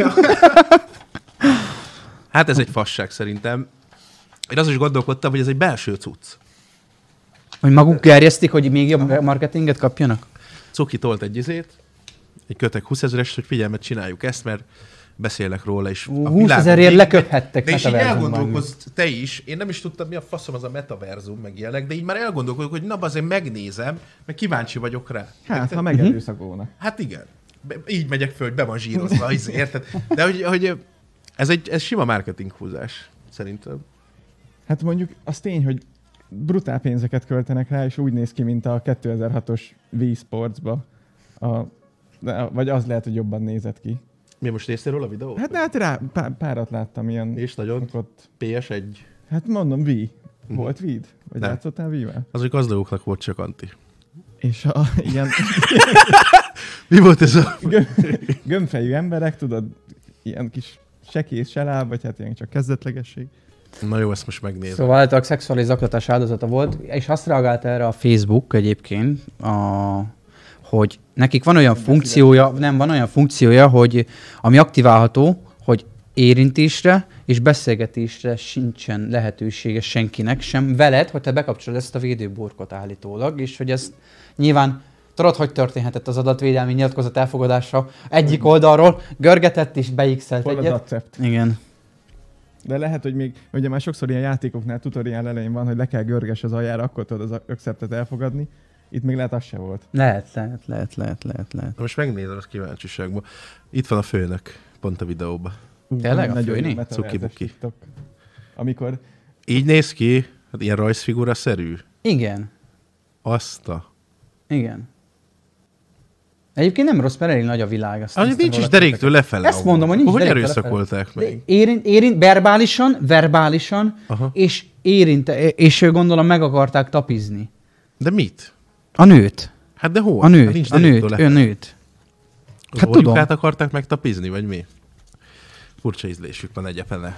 Hát ez egy fasság szerintem. Én azon is gondolkodtam, hogy ez egy belső cucc. Hogy maguk gerjesztik, hogy még jobb marketinget kapjanak? Cuki tolt egy kötek 20 000-es, hogy figyelmet csináljuk ezt, mert beszélnek róla, és 20 000-ért leköphettek de és így metaverzumban. elgondolkozz te is, én nem is tudtam, mi a faszom az a metaverzum, meg ilyenek, de így már elgondolkodok, hogy na, azért megnézem, meg kíváncsi vagyok rá. Hát, ha megerőszakolnak. Hát igen. Így megyek föl, hogy be van zsírozva, érted? De hogy ez sima marketing húzás, szerintem. Hát mondjuk az tény, hogy brutál pénzeket költenek rá, és úgy néz ki, mint a 2006-os Wii Sportsba. Vagy az lehet, hogy jobban nézett ki. Mi most néztél róla a videót? Hát rá párat láttam ilyen. És nagyon? Ott... PS1? Hát mondom, Wii. Volt Wii-d? Vagy Nem. játszottál Wii-vel? Az, hogy gazdagoknak volt csak anti. És ilyen Mi volt ez a... gömbfejű emberek, tudod, ilyen kis se kész, se láb, vagy hát ilyen csak kezdetlegesség. Na jó, ezt most megnézem. Szóval állítólag szexuális zaklatás áldozata volt, és azt reagált erre a Facebook egyébként, hogy nekik van olyan funkciója, hogy ami aktiválható, hogy érintésre és beszélgetésre sincsen lehetősége senkinek sem veled, hogy te bekapcsolod ezt a védőburkot állítólag, és hogy ez nyilván tudod, hogy történhetett az adatvédelmi nyilatkozat elfogadása egyik oldalról, görgetett és beixelt Hol az egyet. accept? Igen. De lehet, hogy még, ugye már sokszor ilyen játékoknál tutoriál elején van, hogy le kell görges az aljára, akkor tudod az acceptet elfogadni. Itt még lehet az se volt. Lehet. Na most megnézem az kíváncsiságban. Itt van a főnök, pont a videóban. Tényleg a Nagyon főni? jó metaverzes Cuki-buki. TikTok. Amikor Így néz ki, hát ilyen rajzfigura-szerű. Igen. Igen. Egyébként nem rossz, mert elég nagy a világ. Azt Nincs néztem is róla deréktől lefele. Ezt mondom, hogy nincs hogy deréktől erőszakolták lefele. meg? Érint verbálisan, Aha. és gondolom meg akarták tapizni. De mit? A nőt. Hát de hol? A Hát nincs deréktől lefele. nőt. Az Hát orjukát tudom. akarták megtapizni, vagy mi? Furcsa ízlésük van egyepene.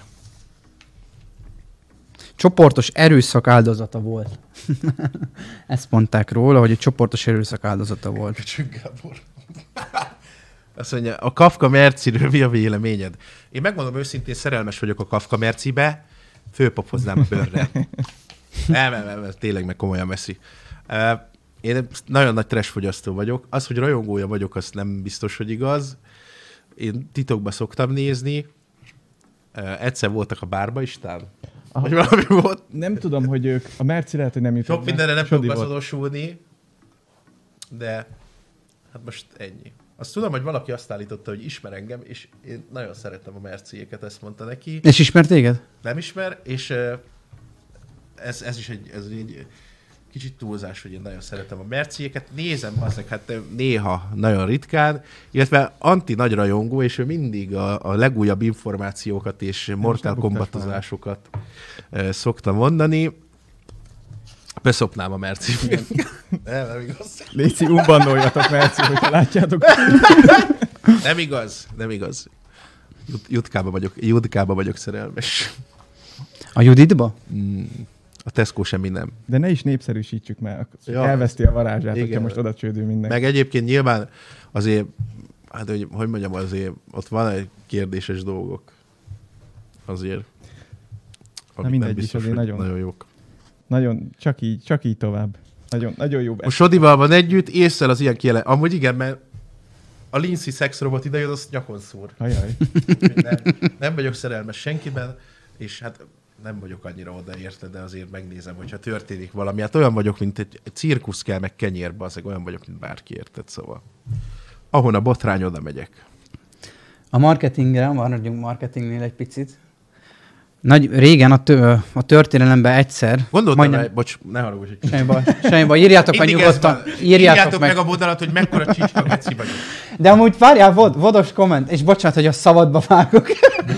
Csoportos erőszak áldozata volt. Ezt mondták róla, hogy egy csoportos erőszak áldozata volt. Köcsög Gábor. Azt mondja, a Kafka Merciről mi a véleményed? Én megmondom őszintén, szerelmes vagyok a Kafka Mercibe, fölpofoznám a bőrre. Nem, tényleg meg komolyan veszi. Én nagyon nagy trash fogyasztó vagyok. Az, hogy rajongója vagyok, azt nem biztos, hogy igaz. Én titokba szoktam nézni. Egyszer voltak a bárba is, talán. Vagy valami volt. Nem tudom, hogy ők, a Merci lehet, hogy nem jutott. Sok mindenre nem tudok beszodosulni, de hát most ennyi. Azt tudom, hogy valaki azt állította, hogy ismer engem, és én nagyon szeretem a Merciéket, ezt mondta neki. És ismer téged? Nem ismer, és ez is egy kicsit túlzás, hogy én nagyon szeretem a Merciéket. Nézem azok, hát néha nagyon ritkán, illetve Anti nagy rajongó, és ő mindig a legújabb információkat és Mortal Kombatozásokat szokta mondani. Beszopnám a Merciét. Nem igaz. Léci, unbannoljatok Merci, hogyha látjátok. Nem igaz. Jutkába vagyok szerelmes. A Juditba? A Tesco semmi nem. De ne is népszerűsítsük már, elveszti a varázsát, hogyha most oda csődül minden. Meg egyébként nyilván azért, hát hogy mondjam, azért ott van egy kérdéses dolgok. Azért. Na mindegy is, azért nagyon jók. Nagyon, csak így tovább. Nagyon jó. Most Sodival van együtt, észszel az ilyen kijelent. Amúgy igen, mert a Lindsay szexrobot idejön, azt nyakon szúr. Ajaj. Nem vagyok szerelmes senkiben, és hát nem vagyok annyira odaérte, de azért megnézem, hogyha történik valami. Hát olyan vagyok, mint egy cirkusz kell, meg kenyérbe, azért olyan vagyok, mint bárki, érted, szóval. Ahon a botrány, oda megyek. A marketingre, maradjunk marketingnél egy picit. Régen a történelemben egyszer... Gondoltam, majdnem... bocs, ne haragudj. Semmi baj, írjátok meg nyugodtan. Írjátok meg a vonalat, hogy mekkora csicska geci vagyok. De amúgy várjál, vodos komment, és bocsánat, hogy a szabadba vágok.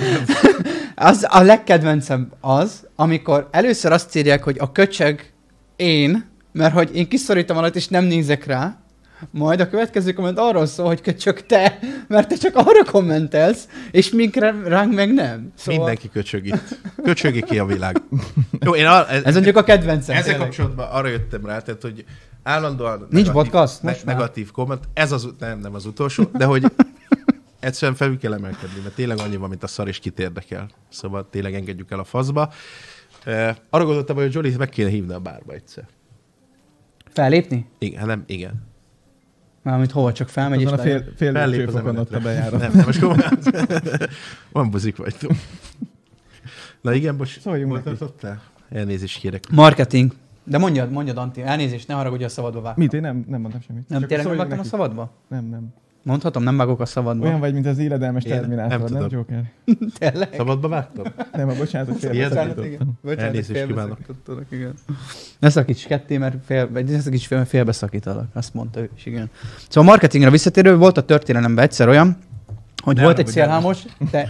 Az a legkedvencem az, amikor először azt írják, hogy a köcsög én, mert hogy én kiszorítom alatt, és nem nézek rá, majd a következő komment arról szól, hogy köcsög te, mert te csak arra kommentelsz, és ránk meg nem. Szóval... Mindenki köcsög itt. Köcsögi ki a világ. Jó, ez mondjuk a kedvencem. Ezzel kapcsolatban arra jöttem rá, tehát, hogy állandóan nincs podcast, negatív komment. Ez nem az utolsó, de hogy egyszerűen felül kell emelkedni, mert tényleg annyi van, mint a szar, és kit érdekel. Szóval tényleg engedjük el a faszba. Arra gondoltam, hogy Zsolit meg kéne hívni a bárba egyszer. Fellépni? Igen. Mármint hova, csak felmegy és fél lépcsőfokon ott a bejárat. Nem, most komolyan. Van buzik vagytok. Na igen, most szóljunk neki. Elnézést kérek. Marketing. De mondjad Antti, elnézést, ne haragudj, a szabadba vágtam. Mit? Én nem mondtam semmit. Nem, tényleg nem vágtam a szabadba? Nem. Mondhatom, nem vágok a szabadba. Olyan vagy, mint az éledelmes Terminátor, nem Joker? Tényleg? Szabadba vágtam? Nem, bocsánat, hogy félbeszakítottam. Elnézést kívánok. Ne szakíts ketté, mert félbeszakítalak. Azt mondta ő is, igen. Szóval a marketingre visszatérő volt a történelemben egyszer olyan, hogy volt egy szélhámos...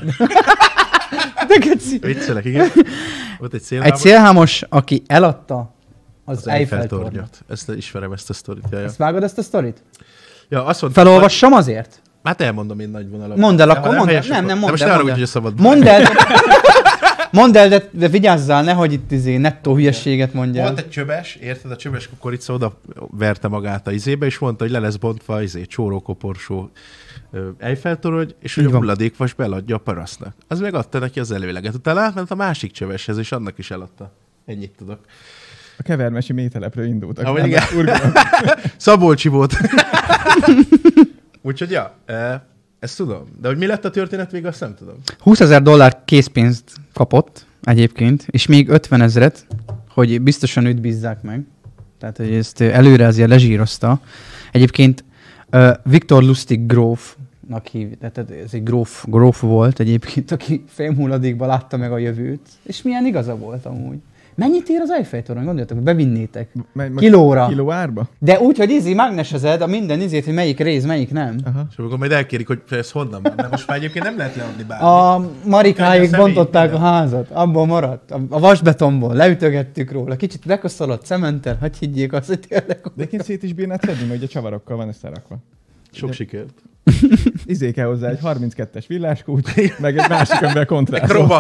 De geci! Viccelek, igen. Volt egy szélhámos. Egy szélhámos, aki eladta az Eiffel-tornyot. Ezt ismerem, ezt a sztorit. Ezt vágod, ezt a sztorit? Ja, azt mondtam, felolvassam azért? Hát elmondom én nagy vonalakban. Mondd el, akkor mondd el. Nem, mondd el. Most ne arra, hogy a szabadban. Mondd el, de vigyázzál, nehogy itt nettó hülyeséget mondjál. Volt egy csöves, érted, a csöves kukorica oda verte magát a izébe, és mondta, hogy le lesz bontva csórókoporsó Eiffel-torony, és hogy a hulladékvas beladja a parasztnak. Az megadta neki az előleget. Utána átment a másik csöveshez, és annak is eladta. Ennyit tudok. A kevermesi mételepről indultak. Ah, igen. Szabolcsi volt. Úgyhogy ja, ezt tudom. De hogy mi lett a történet végül, azt nem tudom. $20,000 készpénzt kapott egyébként, és még 50,000, hogy biztosan őt bízzák meg. Tehát, hogy ezt előre azért lezsírozta. Egyébként Viktor Lustig grófnak tehát ez egy gróf volt egyébként, aki fémhulladékba látta meg a jövőt. És milyen igaza volt amúgy. Mennyit ér az Eiffel-torony? Gondoljatok, bevinnétek. Kilóra. Kiló árba? De úgy, hogy mágnesezed a minden izét, hogy melyik rész, melyik nem. Aha. És akkor majd elkérik, hogy ez honnan van, mert most már egyébként nem lehet leadni bármi. A Marikáig bontották a házat, abból maradt. A vasbetonból, leütögettük róla, kicsit bekoszolott cementtel, hogy higgyék azt, hogy tényleg. De én szét is bírnád szedni, mert ugye csavarokkal van összerakva. Sok sikert. Izé kell hozzá egy 32-es villáskulcs, meg egy másik, amivel kontrázol. Roba.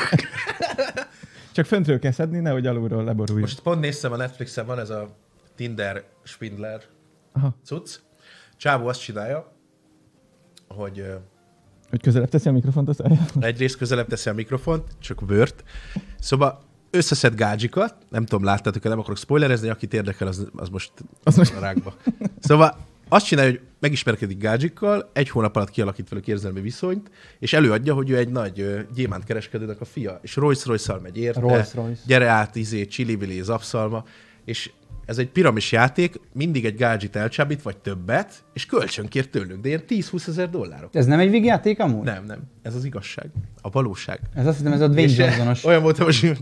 Csak föntről kell szedni, nehogy alulról leborulj. Most pont néztem a Netflixen, van ez a Tinder Spindler cucc. Csávó azt csinálja, hogy közelebb teszi a mikrofont a szájába. egyrészt közelebb teszi a mikrofont, csak Word. Szóval összeszed gádzsikat, nem tudom, láttátok-e, nem akarok spoilerezni, akit érdekel, az most a rákba. Szóval azt csinálja, hogy megismerkedik gádzsikkal, egy hónap alatt kialakít velük érzelmi viszonyt, és előadja, hogy ő egy nagy gyémántkereskedőnek a fia, és Rolls-Royce-szal megy érte, Rolls-Royce. gyere át, csili-vili, zapszalma, és ez egy piramis játék, mindig egy gádzsit elcsábít, vagy többet, és kölcsön kér tőlük, de ilyen 10-20 ezer dollárok. Ez nem egy vígjáték amúgy? Nem. Ez az igazság. A valóság. Ez azt hiszem, ez a Dwayne Johnson-os. Olyan voltam most.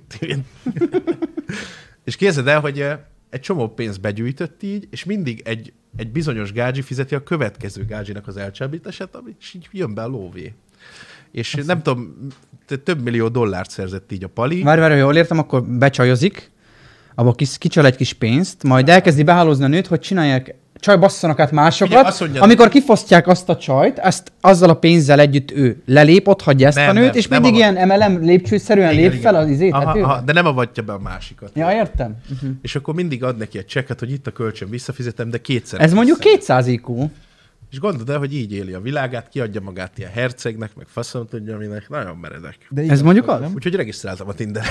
És képzeld el, hogy egy csomó pénzt begyűjtött így, és mindig egy bizonyos gádzsi fizeti a következő gádzsinak az elcsábítását, és így jön be a lóvé. És nem tudom, több millió dollárt szerzett így a Pali. Várj, jól értem, akkor becsajozik, abba kicsal egy kis pénzt, majd elkezdi behálózni a nőt, hogy csinálják, csaj basszanak át másokat, Ugye, mondja, amikor kifosztják azt a csajt, azzal a pénzzel együtt ő lelép, ott hagyja ezt a nőt, és mindig ilyen MLM lépcsőszerűen lép fel az izét. De nem avatja be a másikat. Ja, értem. És akkor mindig ad neki egy csekket, hogy itt a kölcsön visszafizetem, de kétszer. Ez mondjuk 200 IQ. És gondold el, hogy így éli a világát, kiadja magát ilyen hercegnek, meg faszom tudja, aminek nagyon meredek. De ez mondjuk az? Úgyhogy regisztráltam a Tinder.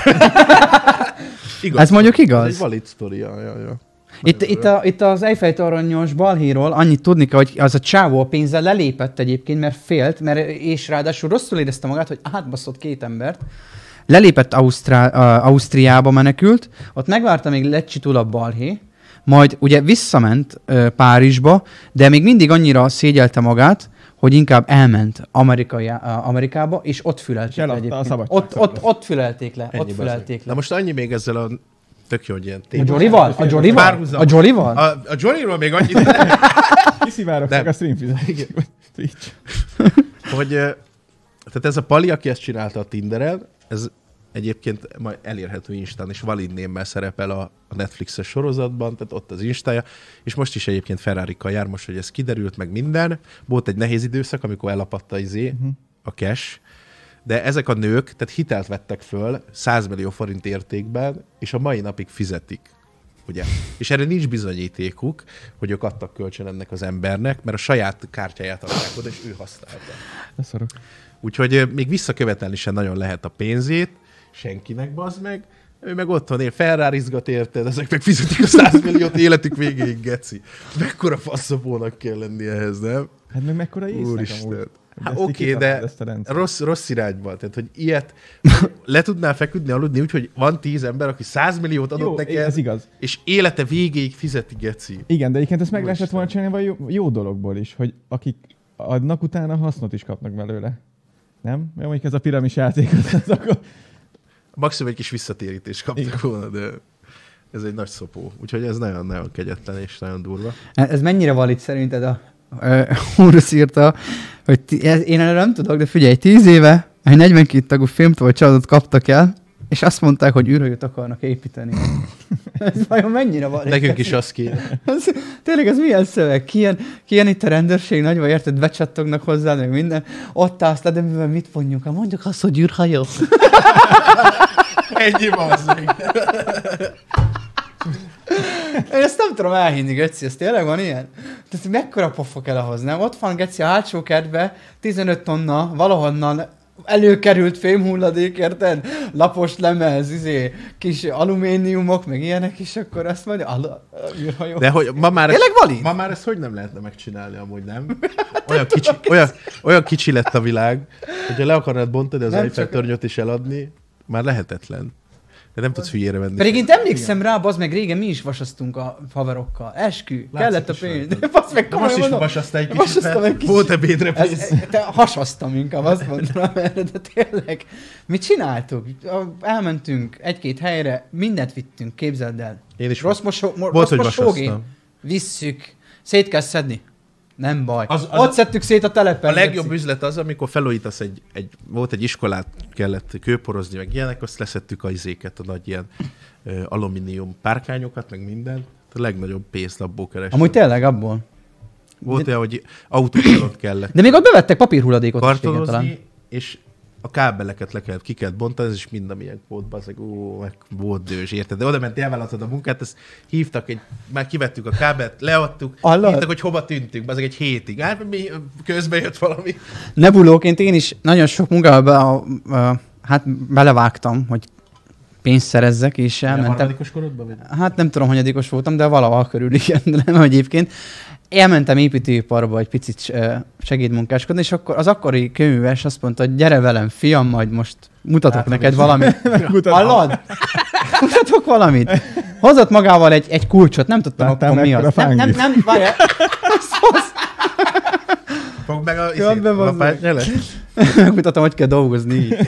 Ez mondjuk igaz? Ez egy valid sztori, ja. Itt az Eiffel toronyos balhéról annyit tudni kell, hogy az a csávó a pénzzel lelépett egyébként, mert félt, és ráadásul rosszul érezte magát, hogy átbaszott két embert. Lelépett Ausztriába menekült, ott megvárta, még lecsitul a balhé, majd ugye visszament Párizsba, de még mindig annyira szégyelte magát, hogy inkább elment Amerikába, és ott fülelték le egyébként. Ott fülelték le. Na most annyi még ezzel a tök jó, hogy ilyen téma. A Jolly-val? A Jolly-ról még annyit. Kiszivárogtak a streamfizeték. Hogy tehát ez a Pali, aki ezt csinálta a Tinderen, ez egyébként majd elérhető Instán, és valid némmel szerepel a Netflixes sorozatban, tehát ott az Instája, és most is egyébként Ferrari-kkal jár, most, hogy ez kiderült, meg minden. Volt egy nehéz időszak, amikor elapadt a cash, de ezek a nők, tehát hitelt vettek föl 100 millió forint értékben, és a mai napig fizetik. Ugye? És erre nincs bizonyítékuk, hogy ők adtak kölcsön ennek az embernek, mert a saját kártyáját adták oda, és ő használta. Úgyhogy még visszakövetelni sem nagyon lehet a pénzét, senkinek, bazd meg. Ő meg otthon él, Ferrarizgat érted, ezek meg fizetik a 100 milliót életük végéig, geci. Mekkora faszapónak kell lenni ehhez, nem? Hát meg mekkora észnek Úristen. Hát oké, de rossz irányban. Tehát, hogy ilyet le tudnál feküdni, aludni, úgyhogy van 10 ember, aki 100 milliót adott neked, ez igaz. És élete végéig fizeti, geci. Igen, de egyébként ezt meg lehetett volna csinálni jó dologból is, hogy akik adnak utána hasznot is kapnak belőle. Nem? Mert mondjuk ez a piramis játék, az akkor... Maximum egy kis visszatérítést kaptak volna, de ez egy nagy szopó. Úgyhogy ez nagyon-nagyon kegyetlen és nagyon durva. Ez mennyire valid szerinted a Horus írta, hogy én erre nem tudok, de figyelj, 10 éve egy 42 tagú filmtől családot kaptak el, és azt mondták, hogy űrhajót akarnak építeni. Ez vajon mennyire valid? Nekünk is az kéne. Tényleg ez milyen szöveg? Kijön itt a rendőrség nagyba, érted? Becsattognak hozzá, meg minden. Ott állsz le, de mivel mit mondjuk? Mondjuk azt, hogy űrhajó. Ennyi bazzeg. Én ezt nem tudom elhinni, Geci, ez tényleg van ilyen? Tehát mekkora pofa kell ahhoz, nem? Ott van, Geci, a hátsó kertbe 15 tonna valahonnan előkerült fémhulladék, érted? Lapos lemez, kis alumíniumok, meg ilyenek, és akkor azt mondja, űrhajó. De hogy ma már ezt hogy nem lehetne megcsinálni, amúgy nem? Olyan kicsi lett a világ, hogyha le akarnád bontani az Eiffel tornyot is eladni, már lehetetlen. De nem tudsz hülyére venni. Pedig én emlékszem rá, bazd meg, régen mi is vasasztunk a haverokkal. Eskü, kellett a pénz. Bazd meg, most is vasasztál egy kicsit, volt ebédre pénz. Hasasztam inkább, azt mondtam erre, de tényleg. Mit csináltuk? Elmentünk egy-két helyre, mindent vittünk, képzeld el. Én is rossz mosógén. Visszük. Szét kell szedni. Nem baj. Ott szedtük szét a telepen. A legjobb üzlet az, amikor felújítasz volt egy iskolát, kellett kőporozni, meg ilyenek, azt leszettük a izéket, a nagy ilyen alumínium párkányokat, meg mindent. A legnagyobb pénzt abból kerestem. Amúgy tényleg abból? Volt olyan, hogy autókért kellett De még ott bevettek papírhulladékot is régen talán. kartonozni, és a kábeleket ki kellett bontani, ez is mind amilyen volt, bazeg, meg volt dőzs, érted? De oda ment, elvállaltad a munkát, ezt hívtak, már kivettük a kábelt, leadtuk, hívtak, hogy hova tűntünk, bazeg egy hétig. Hát mi közben jött valami. Nebulóként én is nagyon sok munkába hát belevágtam, hogy pénzt szerezzek, és elmentem. Harmadikos korodban vagy? Hát nem tudom, hanyadikos voltam, de valahol körül igen, de nem egyébként. Elmentem építőiparba egy picit segédmunkáskodni, és akkor az akkori kőműves azt mondta, hogy gyere velem, fiam, majd most mutatok neked valamit. Hallod? Mutatok valamit. Hozott magával egy kulcsot, nem tudtam akkor mi az. Nem, várjál. Fogd meg a lapát, nyele. Megmutatom, hogy kell dolgozni így.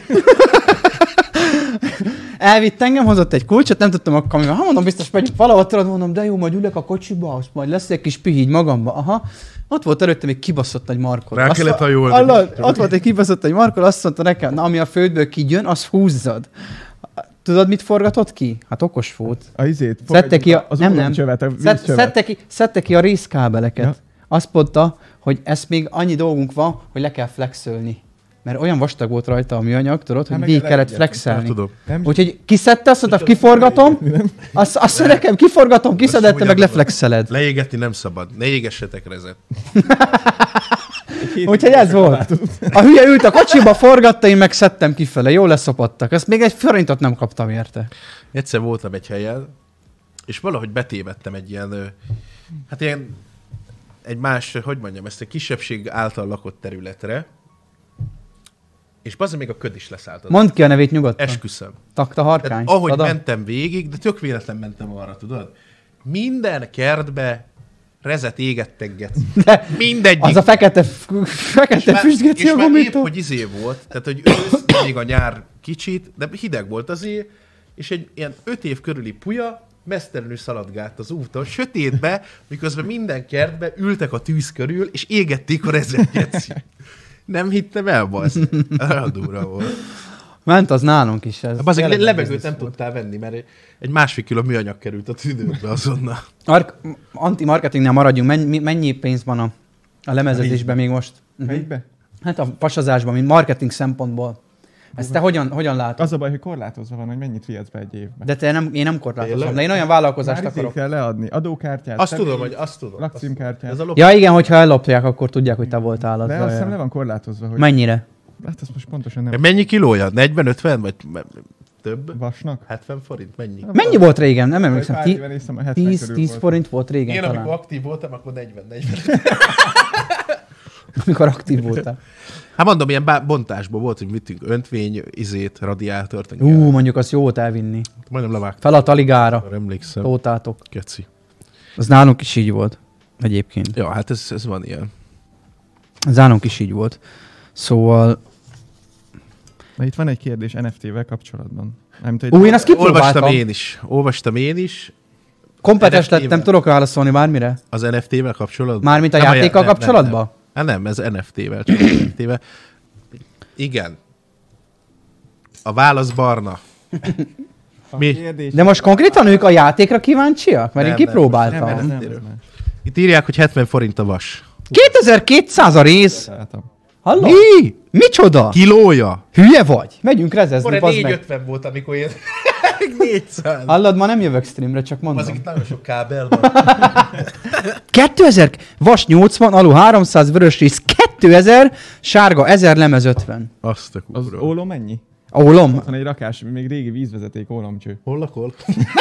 Elvitt engem, hozott egy kulcsot, nem tudtam akkor, ha mondom, biztos megyünk valahol, tudod, mondom, de jó, majd ülök a kocsiba, azt majd lesz egy kis pihígy magamba. Aha. Ott volt előttem egy kibaszott nagy markol. Rá kellett hajolni. Ott volt egy kibaszott nagy markol, azt mondta nekem, na, ami a földből kijön, az húzzad. Tudod, mit forgatott ki? Hát okos volt. A izét. Szedte ki az csövet, a vízcsövet. Szedte ki a részkábeleket. Ja. Azt mondta, hogy ezt még annyi dolgunk van, hogy le kell flexölni. Mert olyan vastag volt rajta a műanyag, tudod, hogy végig kellett flexelni. Úgyhogy kiszedte, azt mondta, kiforgatom, azt mondta nekem, kiforgatom, kiszedette, meg leflexeled. Leégetni nem szabad. Ne égessetek rezet. Úgyhogy ez volt. A hülye ült a kocsiba, forgatta, én meg szedtem kifele. Jól leszopattak. Ezt még egy forintot nem kaptam érte. Egyszer voltam egy helyen, és valahogy betévedtem egy ilyen, hát ilyen, egy más, hogy mondjam, ezt egy kisebbség által lakott területre, és bazdmeg még a köd is leszállt. Mondd ki a nevét nyugodtan. Esküszöm. Takta harkány. Tehát, ahogy mentem végig, de tök véletlen mentem arra, tudod? Minden kertbe rezet égettek, geci. Mindegyik. Az a fekete füstgeci a gomító. És már épp, gomító. hogy izé volt, tehát hogy ősz, még a nyár kicsit, de hideg volt azért, és egy ilyen 5 év körüli puja mesztelenül szaladgált az úton, sötétbe, miközben minden kertbe ültek a tűz körül, és égették a rezet, geci. Nem hittem el, basz. Olyan durva volt. Ment az nálunk is. Ez azért levegőt nem tudtál venni, mert egy 1,5 kiló műanyag került a tüdőbe azonnal. Anti-marketingnél maradjunk. Mennyi pénz van a lemezezésben még most? Melyikbe? Hát a pasazásban, mint marketing szempontból. Ezt te hogyan látod? Az a baj, hogy korlátozva van, hogy mennyit vihetsz be egy évben. De én nem korlátozom, de én olyan vállalkozást már akarok. kell leadni. Adókártyát. Azt tudom, hogy azt tudom. Lakcímkártyát. Ja igen, hogyha ellopják, akkor tudják, hogy te voltál az. De azt hiszem le van korlátozva, hogy... Mennyire? Hát azt most pontosan nem... Mennyi kilója? 40-50 vagy több? Vasnak? 70 forint? Mennyi volt régen? Nem emlékszem. 10 forint volt régen én talán. amikor aktív voltam, akkor 40. Amikor aktív voltál. Hát mondom, ilyen bontásból volt, hogy vittünk öntvény, radiátort. Mondjuk azt jó volt elvinni. Majdnem levágtam. Fel a taligára. Emlékszem. Tótátok. Keci. Az nálunk is így volt. Egyébként. Ja, hát ez van ilyen. Az nálunk is így volt. Szóval... Na itt van egy kérdés NFT-vel kapcsolatban. Én azt kipróbáltam. Olvastam én is. Kompetens lettem, tudok válaszolni bármire? Az NFT-vel kapcsolatban? Mármint a játékkal kapcsolatban? Nem, ez NFT-vel. Csak NFT-vel. Igen. A válasz barna. Mi? De most konkrétan ők a játékra kíváncsiak? Mert én kipróbáltam. Nem. Itt írják, hogy 70 forint a vas. 2200 a rész. Hallod? Mi? Micsoda? Kilója? Hülye vagy? Megyünk rezezni, bazd meg. 450 volt, amikor én 400. Hallod, ma nem jövök streamre, csak mondom. Azok itt nagyon sok kábel van. 2000, vas 80, alu 300, vörös rész 2000, sárga 1000, lemez 50. Azt a az ólom mennyi? Ólom? Ott van egy rakás, még régi vízvezeték ólomcső. Hol lakol?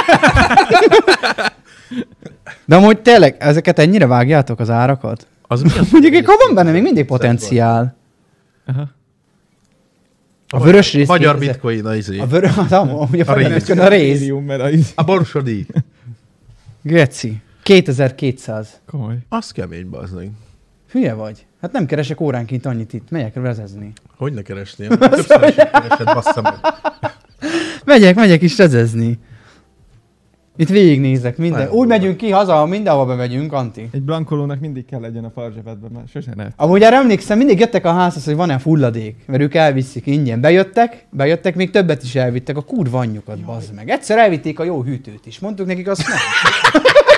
De amúgy tényleg, ezeket ennyire vágjátok az árakat? Mondjuk, ha van benne még mindig potenciál. Aha. A vörös rész... Magyar bitcoin a izé. A rész. A borsodi. Geci. 2200. Komoly. Az kemény, bazdmeg. Hülye vagy? Hát nem keresek óránként annyit itt. Megyek rezezni. Hogy ne keresnél? Többször is keresed, bassza meg. Megyek is rezezni. Itt végignézek minden. Úgy megyünk ki haza, mindenhova bemegyünk, Anti. Egy blankolónak mindig kell legyen a farzsebedben, mert sose ne. Amúgy erre emlékszem, mindig jöttek a házhoz, hogy van-e hulladék, mert ők elviszik ingyen. Bejöttek, még többet is elvittek, a kurva anyjukat, bazd meg. Egyszer elvitték a jó hűtőt is. Mondtuk nekik, azt nem.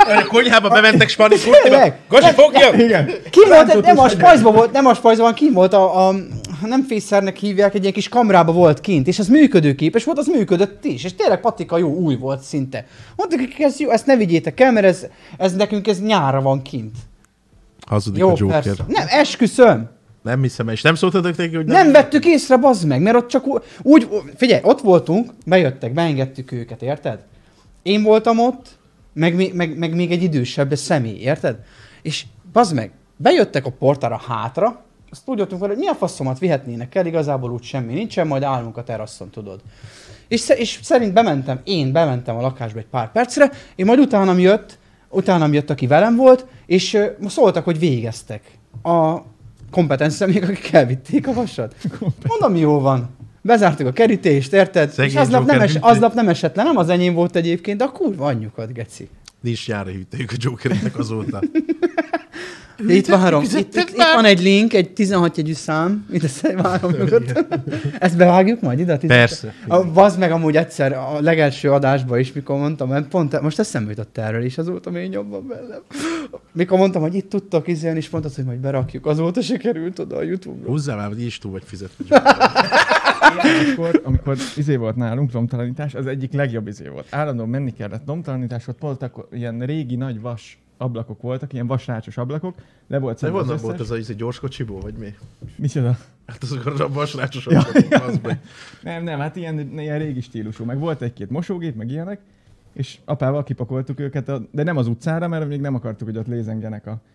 A konyhába bementek Spani furtiba. Tényleg? Gocsi, fogja! Igen. Ki volt, nem a spajzban volt, nem a spajzban, ki volt a nem fészernek hívják, egy ilyen kis kamrába volt kint, és ez működőképes volt, az működött is, és tényleg patika jó, új volt szinte. Mondtuk, hogy ez jó, ezt ne vigyétek el, mert ez nekünk ez nyára van kint. Hazudik Jó, a Joker. persze. Nem, esküszöm. Nem hiszem, és nem szóltatok neki, hogy Nem vettük észre, bazd meg, mert ott csak úgy, figyelj, ott voltunk, bejöttek, beengedtük őket, érted? Én voltam ott, meg még egy idősebb személy, érted? És bazd meg, bejöttek a portára hátra, azt úgy jöttünk vele, hogy mi a faszomat vihetnének el, igazából úgy semmi nincsen, majd állunk a teraszon, tudod. És szerint bementem a lakásba egy pár percre, én majd utánam jött, aki velem volt, és szóltak, hogy végeztek. A kompetens személyek, akik elvitték a vasat. Mondom, jó van. Bezártuk a kerítést, érted? Szegény és Joker aznap nem esett le, nem az enyém volt egyébként, de a kurva anyjukat, geci. Nincs nyári hűtőjük a Jokereknek azóta. Itt várom, itt van egy link, egy 16 jegyű szám, ide várom nyugodtan. Ezt bevágjuk majd ide? Persze. Bazd meg amúgy egyszer a legelső adásban is, mikor mondtam, mert pont most eszembe jutott erről, és azóta még nyomban bennem. Mikor mondtam, hogy itt tudtak izélni, és mondtad, hogy majd berakjuk, azóta se került oda a YouTube-ra. Húzzál már, hogy így is túl vagy fizetve. Amikor volt nálunk lomtalanítás, az egyik legjobb volt. Állandóan menni kellett lomtalanítás, ott voltak ilyen régi nagy vas ablakok voltak, ilyen vasrácsos ablakok, le volt De szedve az honnan összes. volt az a gyors kocsiból, vagy mi? Micsoda? Hát azok a vasrácsos Ja, ablakok. Nem, hát ilyen régi stílusú, meg volt egy-két mosógép, meg ilyenek, és apával kipakoltuk őket, de nem az utcára, mert még nem akartuk, hogy ott lézengenek a...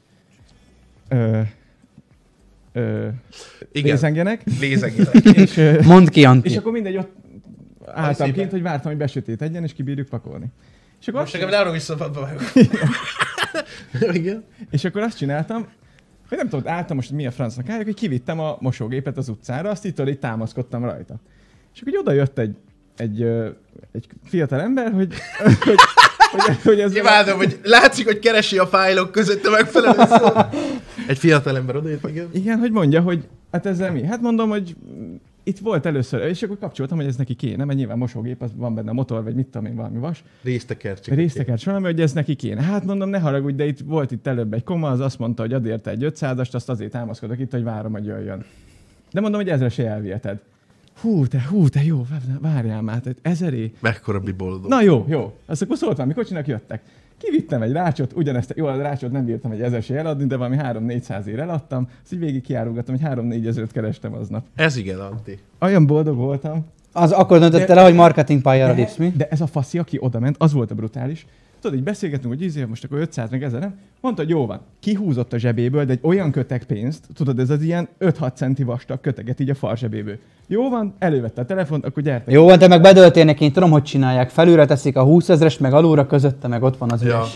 Igen, lézengenek. lézengenek. Mondd ki, Antti. És akkor mindegy, ott álltam kint, hogy vártam, hogy besötétedjen, és kibírjuk pakolni. És akkor, Most nekem ne arra visszafadba vágok. Igen. és akkor azt csináltam, hogy nem tudom, álltam most, hogy mi a francnak álljak, hogy kivittem a mosógépet az utcára, azt itt támaszkodtam rajta. És akkor oda jött egy fiatal ember, hogy ez... Imádom, hogy látszik, hogy keresi a fájlok között a megfelelő szót. Egy fiatal ember odajött, igen. Igen, hogy mondja, hogy hát ezzel mi? Hát mondom, hogy itt volt először, és akkor kapcsoltam, hogy ez neki kéne, mert nyilván mosógép, az van benne motor, vagy mit tudom én, valami vas. Résztekert valami, hogy ez neki kéne. Hát mondom, ne haragudj, de itt előbb egy koma, az azt mondta, hogy ad érte egy 500-ast, azt azért támaszkodok itt, hogy várom, hogy jöjjön. De mondom, hogy ezre se elviheted. Hú, te jó, várjál már, 1000-é. Mekkora biboldó. Na jó. Azt akkor szólt valami kocsinak jöttek. Kivittem egy rácsot, ugyanezt, jó, a rácsot nem bírtam egy 1000-sé eladni, de valami 3-400-ért eladtam. Azt így végig kiárugattam, hogy 3-4 ezeret kerestem aznap. Ez igen, Antti. Olyan boldog voltam. Az akkor döntötte le, hogy marketing pályára lépsz, mi? De ez a faszi, aki odament, az volt a brutális. Tudod, így beszélgetünk, hogy most akkor 500 meg 1000, nem? Mondta, hogy jó van. Kihúzott a zsebéből, de egy olyan köteg pénzt, tudod, ez az ilyen 5-6 centi vastag köteget így a fal zsebéből. Jó van, elővette a telefont, akkor gyertek. Jó van, te meg bedöltél neki, én tudom, hogy csinálják. Felülre teszik a 20 000-es, meg alulra közötte, meg ott van az üres.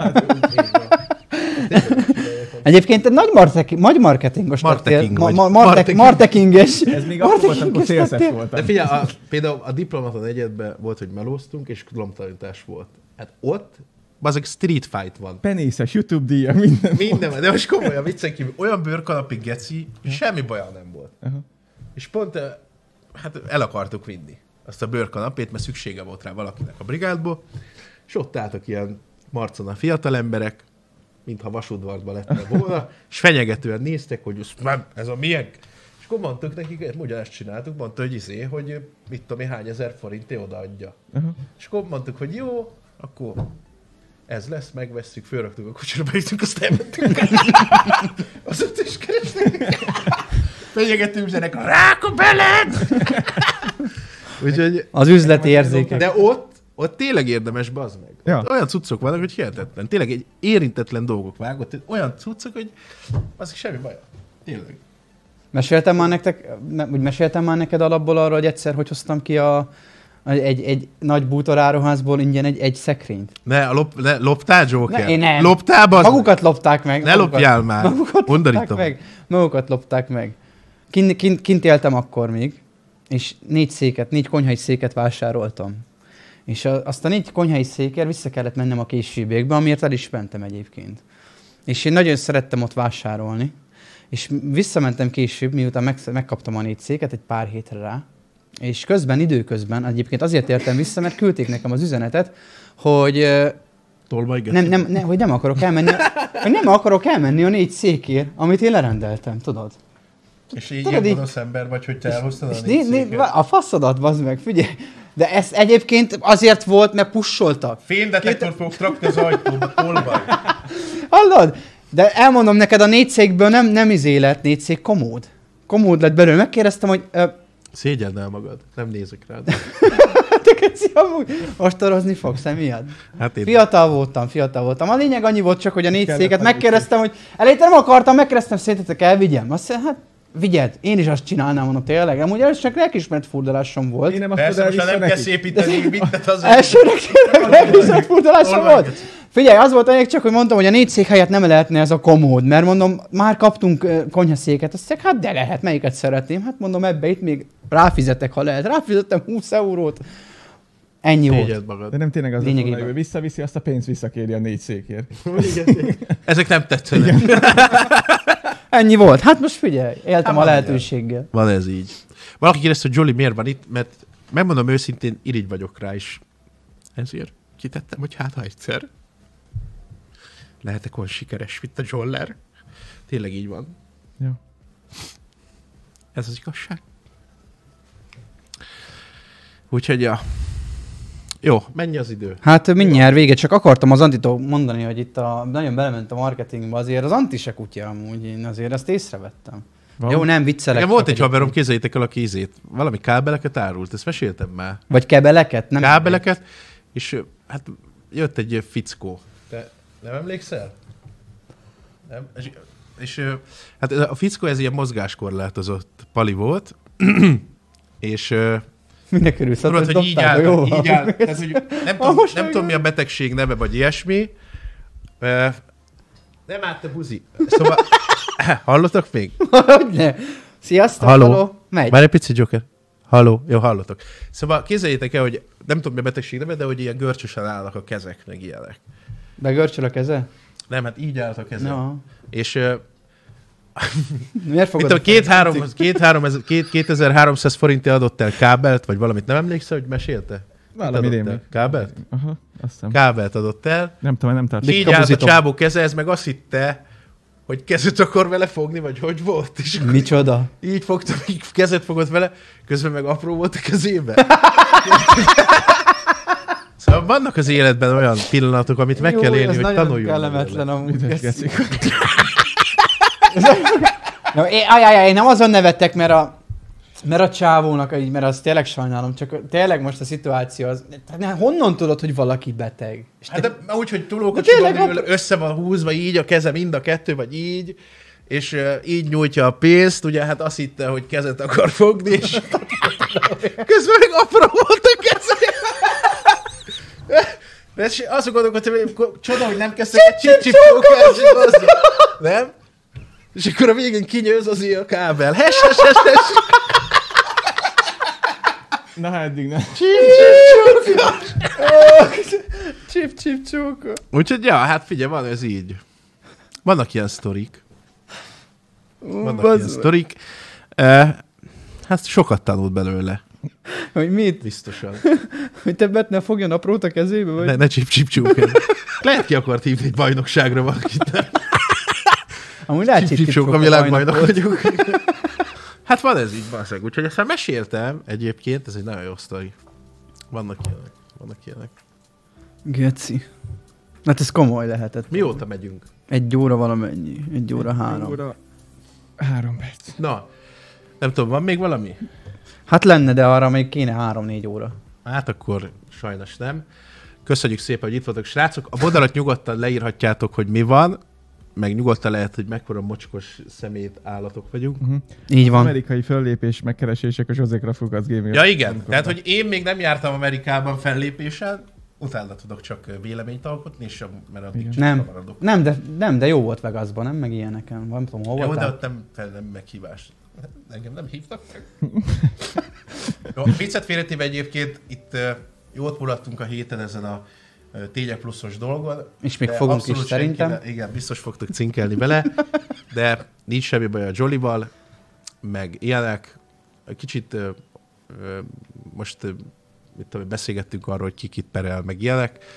Egyébként nagy marketingos Marketing vagy. marketinges. Ez még akkor volt, amikor szélszes voltam. De figyelj, például a Diplomata negyedben volt, hogy melóztunk, és lomtalanítás volt. Hát ott, azok street fight van. Penészes, YouTube díja, minden. Minden, de most komolyan viccen kívül, olyan bőrkalapig geci, semmi baja nem volt. Aha. És pont hát el akartuk vinni azt a bőrkanapét, mert szüksége volt rá valakinek a brigádból, és ott álltak ilyen marcon a fiatal emberek, mintha vasudvarban lettek volna, és fenyegetően néztek, hogy ez a milyen. És akkor mondtuk nekik, ugyanezt csináltuk, mondta, hogy mit tudom én, hány ezer forinté odaadja. Aha. És akkor mondtuk, hogy jó, akkor ez lesz, megvesszük, fölraktuk a kocsira, beütünk, azt elmentünk. Azóta is keresnek. Fenyegető üzenek, rák a beled! Úgyhogy, Az üzleti érzékek. de ott tényleg érdemes, bazd meg. Ja. Olyan cuccok vannak, hogy hihetetlen. Tényleg egy érintetlen dolgok vágott. Olyan cuccok, hogy az semmi baj. Tényleg. Meséltem már neked alapból arra, hogy egyszer hogy hoztam ki egy nagy bútoráruházból ingyen egy szekrényt? Loptál, Joker? Én nem. Loptál, bazd? Magukat lopták meg. Ne lopjál már. Magukat lopták meg. Kint éltem akkor még, és 4 konyhai széket vásároltam. És azt a 4 konyhai székért vissza kellett mennem a későbbiekbe, amiért el is mentem egyébként. És én nagyon szerettem ott vásárolni. És visszamentem később, miután megkaptam a 4 széket egy pár hétre rá. És időközben, egyébként azért értem vissza, mert küldték nekem az üzenetet, hogy Tolvaj Geci. hogy nem akarok elmenni a 4 székért, amit én lerendeltem, tudod? És így Tudod, ilyen gonosz ember vagy, hogy te elhoztad a És 4 széket. a faszodat, bazd meg, figyelj. De ez egyébként azért volt, mert pussoltak. Fénydetektor fogok trakni az ajtóba, tolvaj. Hallod? De elmondom neked, a 4 székből nem lett 4 szék komód. Komód lett belőle. Megkérdeztem, hogy... Szégyeld el magad, nem nézek rád. Te keci, amúgy ostorozni fogsz emiatt? Hát én... Fiatal voltam. A lényeg annyi volt csak, hogy a 4 Kellett széket annyi megkérdeztem, hogy eleinte nem akartam, megkérdeztem, szerintetek elvigyem. Azt mondja, hát vigyed, én is azt csinálnám, mondom, tényleg. Amúgy először csak lelkiismeret furdalásom volt. Én nem azt Persze, most nem kell neki. szépíteni mindent az... Elsőre tényleg lelkiismeret furdalásom Tolvaj volt. Geci. Figyelj, az volt elég csak, hogy mondtam, hogy a 4 szék helyett nem lehetne ez a komód, mert mondom, már kaptunk konyhaszéket. Azt mondják, hát de lehet, melyiket szeretném. Hát mondom, ebbe itt még ráfizetek, ha lehet. Ráfizettem 20 eurót. Ennyi volt. Szégyeld magad. De nem tényleg az, Lényegében. hogy visszaviszi, azt a pénzt visszakéri a 4 székért. Ezek nem tetszenek. Ennyi volt. Hát most figyelj, éltem Hát a van lehetőséggel. Van ez így. Valaki kérdezte, hogy Jolly miért van itt, mert megmondom őszintén, irigy vagyok rá is. Ezért kitettem, hogy hát ha egyszer lehetek olyan sikeres, mint a Joller. Tényleg így van. Ja. Ez az igazság. Úgyhogy ja. Jó, mennyi az idő? Hát mindjárt vége, csak akartam az Antitól mondani, hogy itt nagyon belement a marketingbe, azért az Anti se kutya amúgy, én azért ezt észrevettem. Van? Jó, nem viccelek. Nekem volt csak egy haverom, képzeljétek el, aki valami kábeleket árult, ezt meséltem már. Vagy kebeleket? Nem Kábeleket, és hát jött egy fickó. Te nem emlékszel? Nem? És hát a fickó ez ilyen mozgáskorlátozott pali volt, és Minek örülsz? tudod, hogy így áll, tehát, hogy nem tudom mi a betegség neve, vagy ilyesmi. Nem állt a buzi. Szóval, hallottak még? Hogy ne? Sziasztok, Halló. Megy. Várj egy pici, Joker. Halló, jó, hallotok. Szóval képzeljétek el, hogy nem tudom mi a betegség neve, de hogy ilyen görcsösen állnak a kezek, meg ilyenek. Begörcsöl a keze? Nem, hát így állt a kezek. No. És Miért fogod? mit tudom, 2300 forintért adott el kábelt, vagy valamit, nem emlékszel, hogy mesélte? Valami Mit adott rémlik. el? Kábelt? Aha, azt hiszem. Kábelt adott el. Nem tudom, nem tartom. És így állt a kabuzítom. csábó keze, ez meg azt hitte, hogy kezet akar vele fogni, vagy hogy volt. És Micsoda? így fogta, így kezet fogott vele, közben meg apró volt a kezében. Szóval vannak az életben olyan pillanatok, amit meg kell élni, hogy tanuljunk. Kellemetlen amúgy. Üdes gecik. No, én nem azon nevettek, mert a csávónak, mert azt tényleg sajnálom, csak tényleg most a szituáció az... Honnan tudod, hogy valaki beteg? És Hát de úgy, hogy De túlókocsiban tényleg ül, össze van húzva így, a keze mind a kettő, vagy így, és így nyújtja a pénzt, ugye hát azt hitte, hogy kezet akar fogni, és közben meg apró volt a keze. És azt gondolkodtam, hogy csoda, hogy nem kezdtek egy csip-csip-csókást, nem? És akkor a végén kinyőz az a kábel. Hes. Na hát eddig nem. Csip-csip-csóka. Úgyhogy ja, hát figyelj, van ez így. Vannak ilyen sztorik. Hát sokat tanult belőle, Hogy mit? biztosan. Hogy többet ne fogjon aprót a kezébe? Vagy? Ne csip-csip-csók. Lehet ki akart hívni egy bajnokságra valakit. Amúgy lehet Csip-csip-csók, a világbajnok vagyunk. Hát van ez így, baszeg. Úgyhogy ezt már meséltem egyébként, ez egy nagyon jó sztori. Vannak ilyenek. Geci. Hát ez komoly lehetett. Mióta megyünk? 1 óra valamennyi. 1 óra 3. 3 perc. Na, nem tudom, van még valami? Hát lenne, de arra még kéne 3-4 óra. Hát akkor sajnos nem. Köszönjük szépen, hogy itt voltak, srácok. A vonalat nyugodtan leírhatjátok, hogy mi van, meg nyugodtan lehet, hogy mekkora mocskos szemét állatok vagyunk. Így van. Amerikai föllépés megkeresések a José Grafugasz Gaming. Ja igen, tehát hogy én még nem jártam Amerikában fellépésen, utána tudok csak véleményt alkotni, és mert addig csak Nem. maradok. Nem, de jó volt Vegasban, nem meg ilyeneken. Nem tudom, hol Jó, de voltál? ott nem meghívás. Engem nem hívtak meg. Jó, viccet félretéve egyébként itt jót mulattunk a héten ezen a Tények pluszos dolgon. És még de fogunk abszolút is szerintem. senki igen, biztos fogtok cinkelni vele, de nincs semmi baj a Jollyval, meg ilyenek. Kicsit most mit tudom, beszélgettünk arról, hogy ki kit perel, meg ilyenek.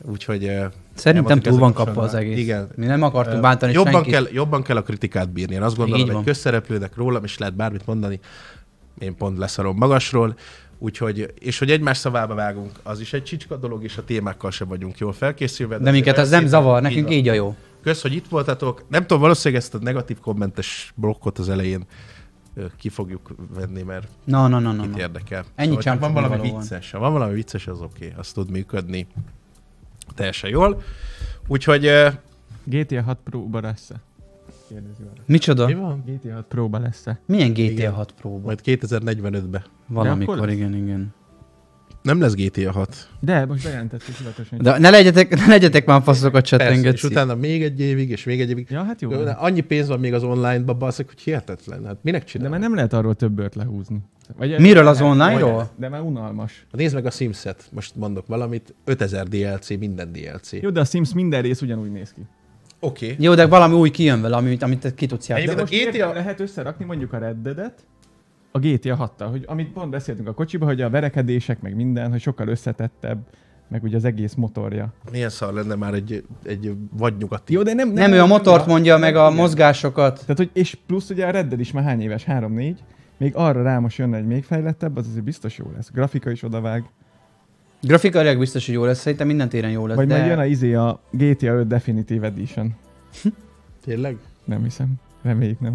Úgyhogy Szerintem túl van ezek a kapva az során. egész. Igen. Mi nem akartuk bántani senkit. Jobban kell a kritikát bírni. Én azt gondolom, Így hogy van. közszereplőnek rólam is lehet bármit mondani. Én pont leszarom magasról. Úgyhogy, és hogy egymás szavába vágunk, az is egy csicska dolog, és a témákkal sem vagyunk jól felkészülve. De minket ez nem zavar, nekünk így a jó. Kösz, hogy itt voltatok. Nem tudom, valószínűleg ezt a negatív kommentes blokkot az elején ki fogjuk venni, mert Na. itt érdekel. Ennyi Szóval, ha van valami való van. vicces, ha van valami vicces, az oké, az tud működni teljesen jól. Úgyhogy GTA 6 próba lesz-e? Kérdezi valaki. Micsoda? mi van? GTA 6 próba lesz-e? Milyen GTA Igen. 6 próba? Majd 2045-ben. Valamikor, akkor lesz? igen. Nem lesz GTA 6. De most bejelentettük tudatosan. De ne legyetek már faszokat Persze, és csetengetni. utána még egy évig, és még egy évig. Ja, hát jó. De annyi pénz van még az online-ba, basszak, hogy hihetetlen. Hát minek De csinálni? már nem lehet arról több bört lehúzni. Vagy Miről, az online-ról? De már unalmas. Nézd meg a Sims-et, most mondok valamit, 5000 DLC, minden DLC. Jó, de a Sims minden rész ugyanúgy néz ki. Oké. Jó, de valami új kijön vele, amit te ki tudsz De játszani. Egyébként most a GTA miért lehet összerakni mondjuk a Red Dead-et a GTA 6-tal, hogy amit pont beszéltünk a kocsiba, hogy a verekedések, meg minden, hogy sokkal összetettebb, meg ugye az egész motorja. Milyen szar lenne már egy vadnyugati. Jó, de Nem ő a motort mondja, meg a mozgásokat. Tehát, hogy és plusz ugye a Red Dead is már hány éves? 3-4. Még arra rá most jönne egy még fejlettebb, az azért biztos jó lesz. Grafika is odavág. Grafikailag biztos, hogy jó lesz, szerintem minden téren jó lesz. Vagy de... majd jön a GTA 5 Definitive Edition. Tényleg? Nem hiszem. Reméljük nem.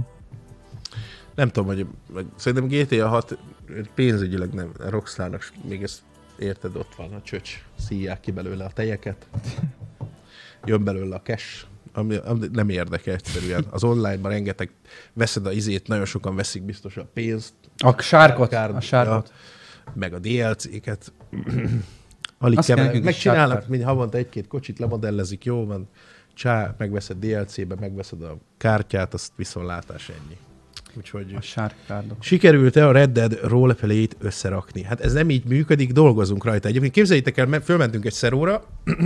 Nem tudom, hogy szerintem GTA 6 pénzügyileg nem. A Rockstarnak még ezt érted, ott van a csöcs. Szíják ki belőle a tejeket. Jön belőle a cash. Ami nem érdekel egyszerűen. Az online-ban rengeteg veszed a izét, nagyon sokan veszik biztos a pénzt. A sárkot. Kár- A sárkot. Ja, meg a DLC-ket. Alig Azt kell kell, nekünk is megcsinálnak, sárkár. mint havonta egy-két kocsit lemodellezik, jó van. Megveszed DLC-be, megveszed a kártyát, azt viszontlátás, ennyi. Úgyhogy A sárkárdok. sikerült-e a Red Dead roleplayét összerakni? Hát ez nem így működik, dolgozunk rajta. Egyébként képzeljétek el, fölmentünk egy szeróra,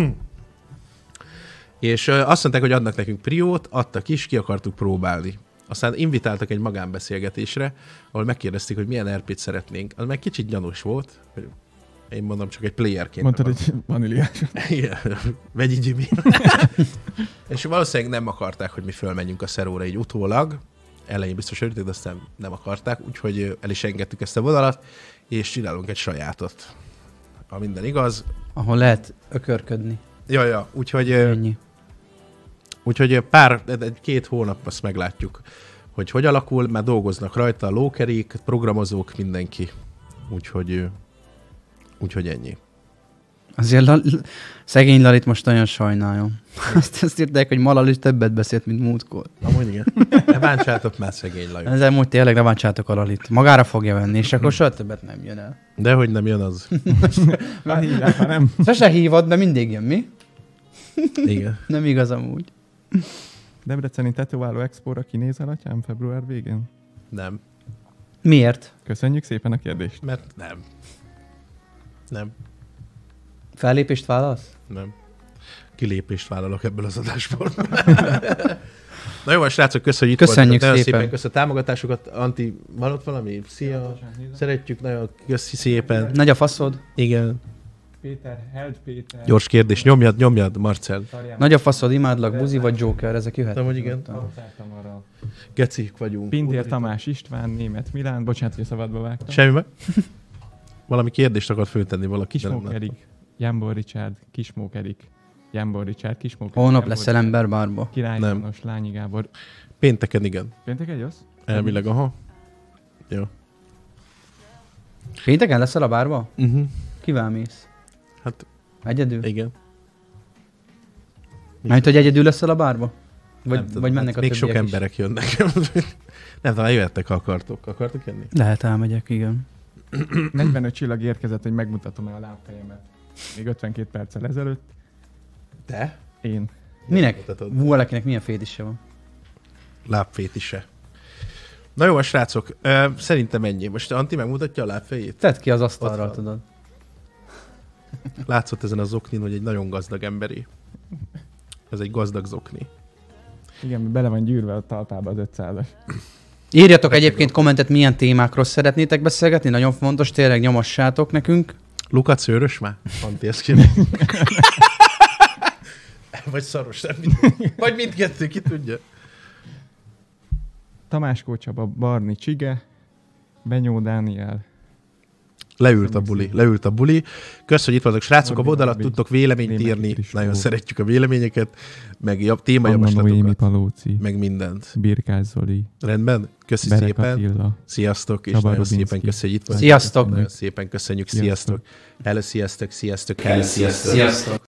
és azt mondták, hogy adnak nekünk priót, adtak is, ki akartuk próbálni. Aztán invitáltak egy magánbeszélgetésre, ahol megkérdezték, hogy milyen RP-t szeretnénk. Az meg kicsit gyanús volt, hogy én mondom, csak egy playerként. Mondtad, hogy vaníliás. Igen, vegyi Jimmy. És valószínűleg nem akarták, hogy mi fölmenjünk a szeróra így utólag. Elején biztos örültek, de aztán nem akarták, úgyhogy el is engedtük ezt a vonalat, és csinálunk egy sajátot. Ha minden igaz. Ahol lehet ökörködni. Ja, úgyhogy Ennyi. két hónap azt meglátjuk, hogy alakul, mert dolgoznak rajta a lókerék, programozók, mindenki. Úgyhogy ennyi. Azért szegény Lalit most nagyon sajnálom. Azt írták, hogy ma Lali többet beszélt, mint múltkor. Amúgy igen. Ne bántsátok már szegény Lajos. Ez amúgy tényleg ne bántsátok a Lalit. Magára fogja venni, és akkor soha többet nem jön el. Dehogy nem jön az. Már hívják, már nem. Sose hívod, de mindig jön, mi? Igen. Nem igaz amúgy. Debreceni tetováló expóra kinézel, atyám, február végén? Nem. Miért? Köszönjük szépen a kérdést. Mert nem. Nem. Fellépést válasz? Nem. Kilépést vállalok ebből az adásból. Na jó, van, srácok, köszönjük. Köszönjük nagyon szépen. Köszönjük a támogatásokat. Anti, van ott valami? Szia. Szeretjük, nagyon köszi szépen. Nagy a faszod. Igen. Péter, Held Péter. Gyors kérdés. Nyomjad, Marcel. Nagy a faszod, imádlak, buzi vagy Joker, ezek jöhetnek. Nem, hogy igen. Gecik vagyunk. Pintér Tamás István, Német Milán. Bocsánat, hogy a szabadba vágtam. Semmi meg? Valami kérdést akart föltenni valaki. Kismók Erik, Jambor Richard, Kismók Erik, Jambor Richard, Kismók Erik. Holnap Jambor leszel Richard, emberbárba. Király Nem. János, Lányi Gábor. Pénteken igen. Pénteken jössz? Elvileg, aha. Jó. Pénteken leszel a bárba? Kivel mész? Hát Egyedül? igen. Mert hogy egyedül leszel a bárba? Nem tudom, Vagy mennek a még sok többiek is? emberek jönnek. Nem tudom, jöhettek, ha akartok. Akartok jönni? Lehet, elmegyek, igen. 45 csillag érkezett, hogy megmutatom el a lábfejemet. Még 52 perccel ezelőtt. Te? Én. Minek? Mutatod. Valakinek milyen fétise van? Lábfétise. Na jó, a srácok, szerintem ennyi. Most Anti megmutatja a lábfejét? Tedd ki az Ott asztalra, van. tudod. Látszott ezen a zoknin, hogy egy nagyon gazdag emberi. Ez egy gazdag zokni. Igen, bele van gyűrve a talpába az 500-as. Írjatok egyébként kommentet, milyen témákról szeretnétek beszélgetni, nagyon fontos, tényleg nyomassátok nekünk. Lukacs őrös már? Anti, ezt kéne. vagy szaros, nem mindegy. Vagy mindkettő, ki tudja. Tamáskó Csaba, Barni Csige, Benyó Dániel. Leült a buli. Kösz, hogy itt vannak, srácok, a Norbi, oldalon tudtok véleményt Németh írni. Kristó. Nagyon szeretjük a véleményeket, meg a Anna Noémi témajavaslatokat, Palóci, meg mindent. Birkás Zoli, Rendben? Köszi Berek szépen. Attila. Sziasztok, és Csaba nagyon Rubinszki. szépen köszönjük, hogy itt vagytok. Sziasztok! Nagyon szépen köszönjük, Sziasztok. sziasztok. Hello, sziasztok, sziasztok, hello, sziasztok. Sziasztok!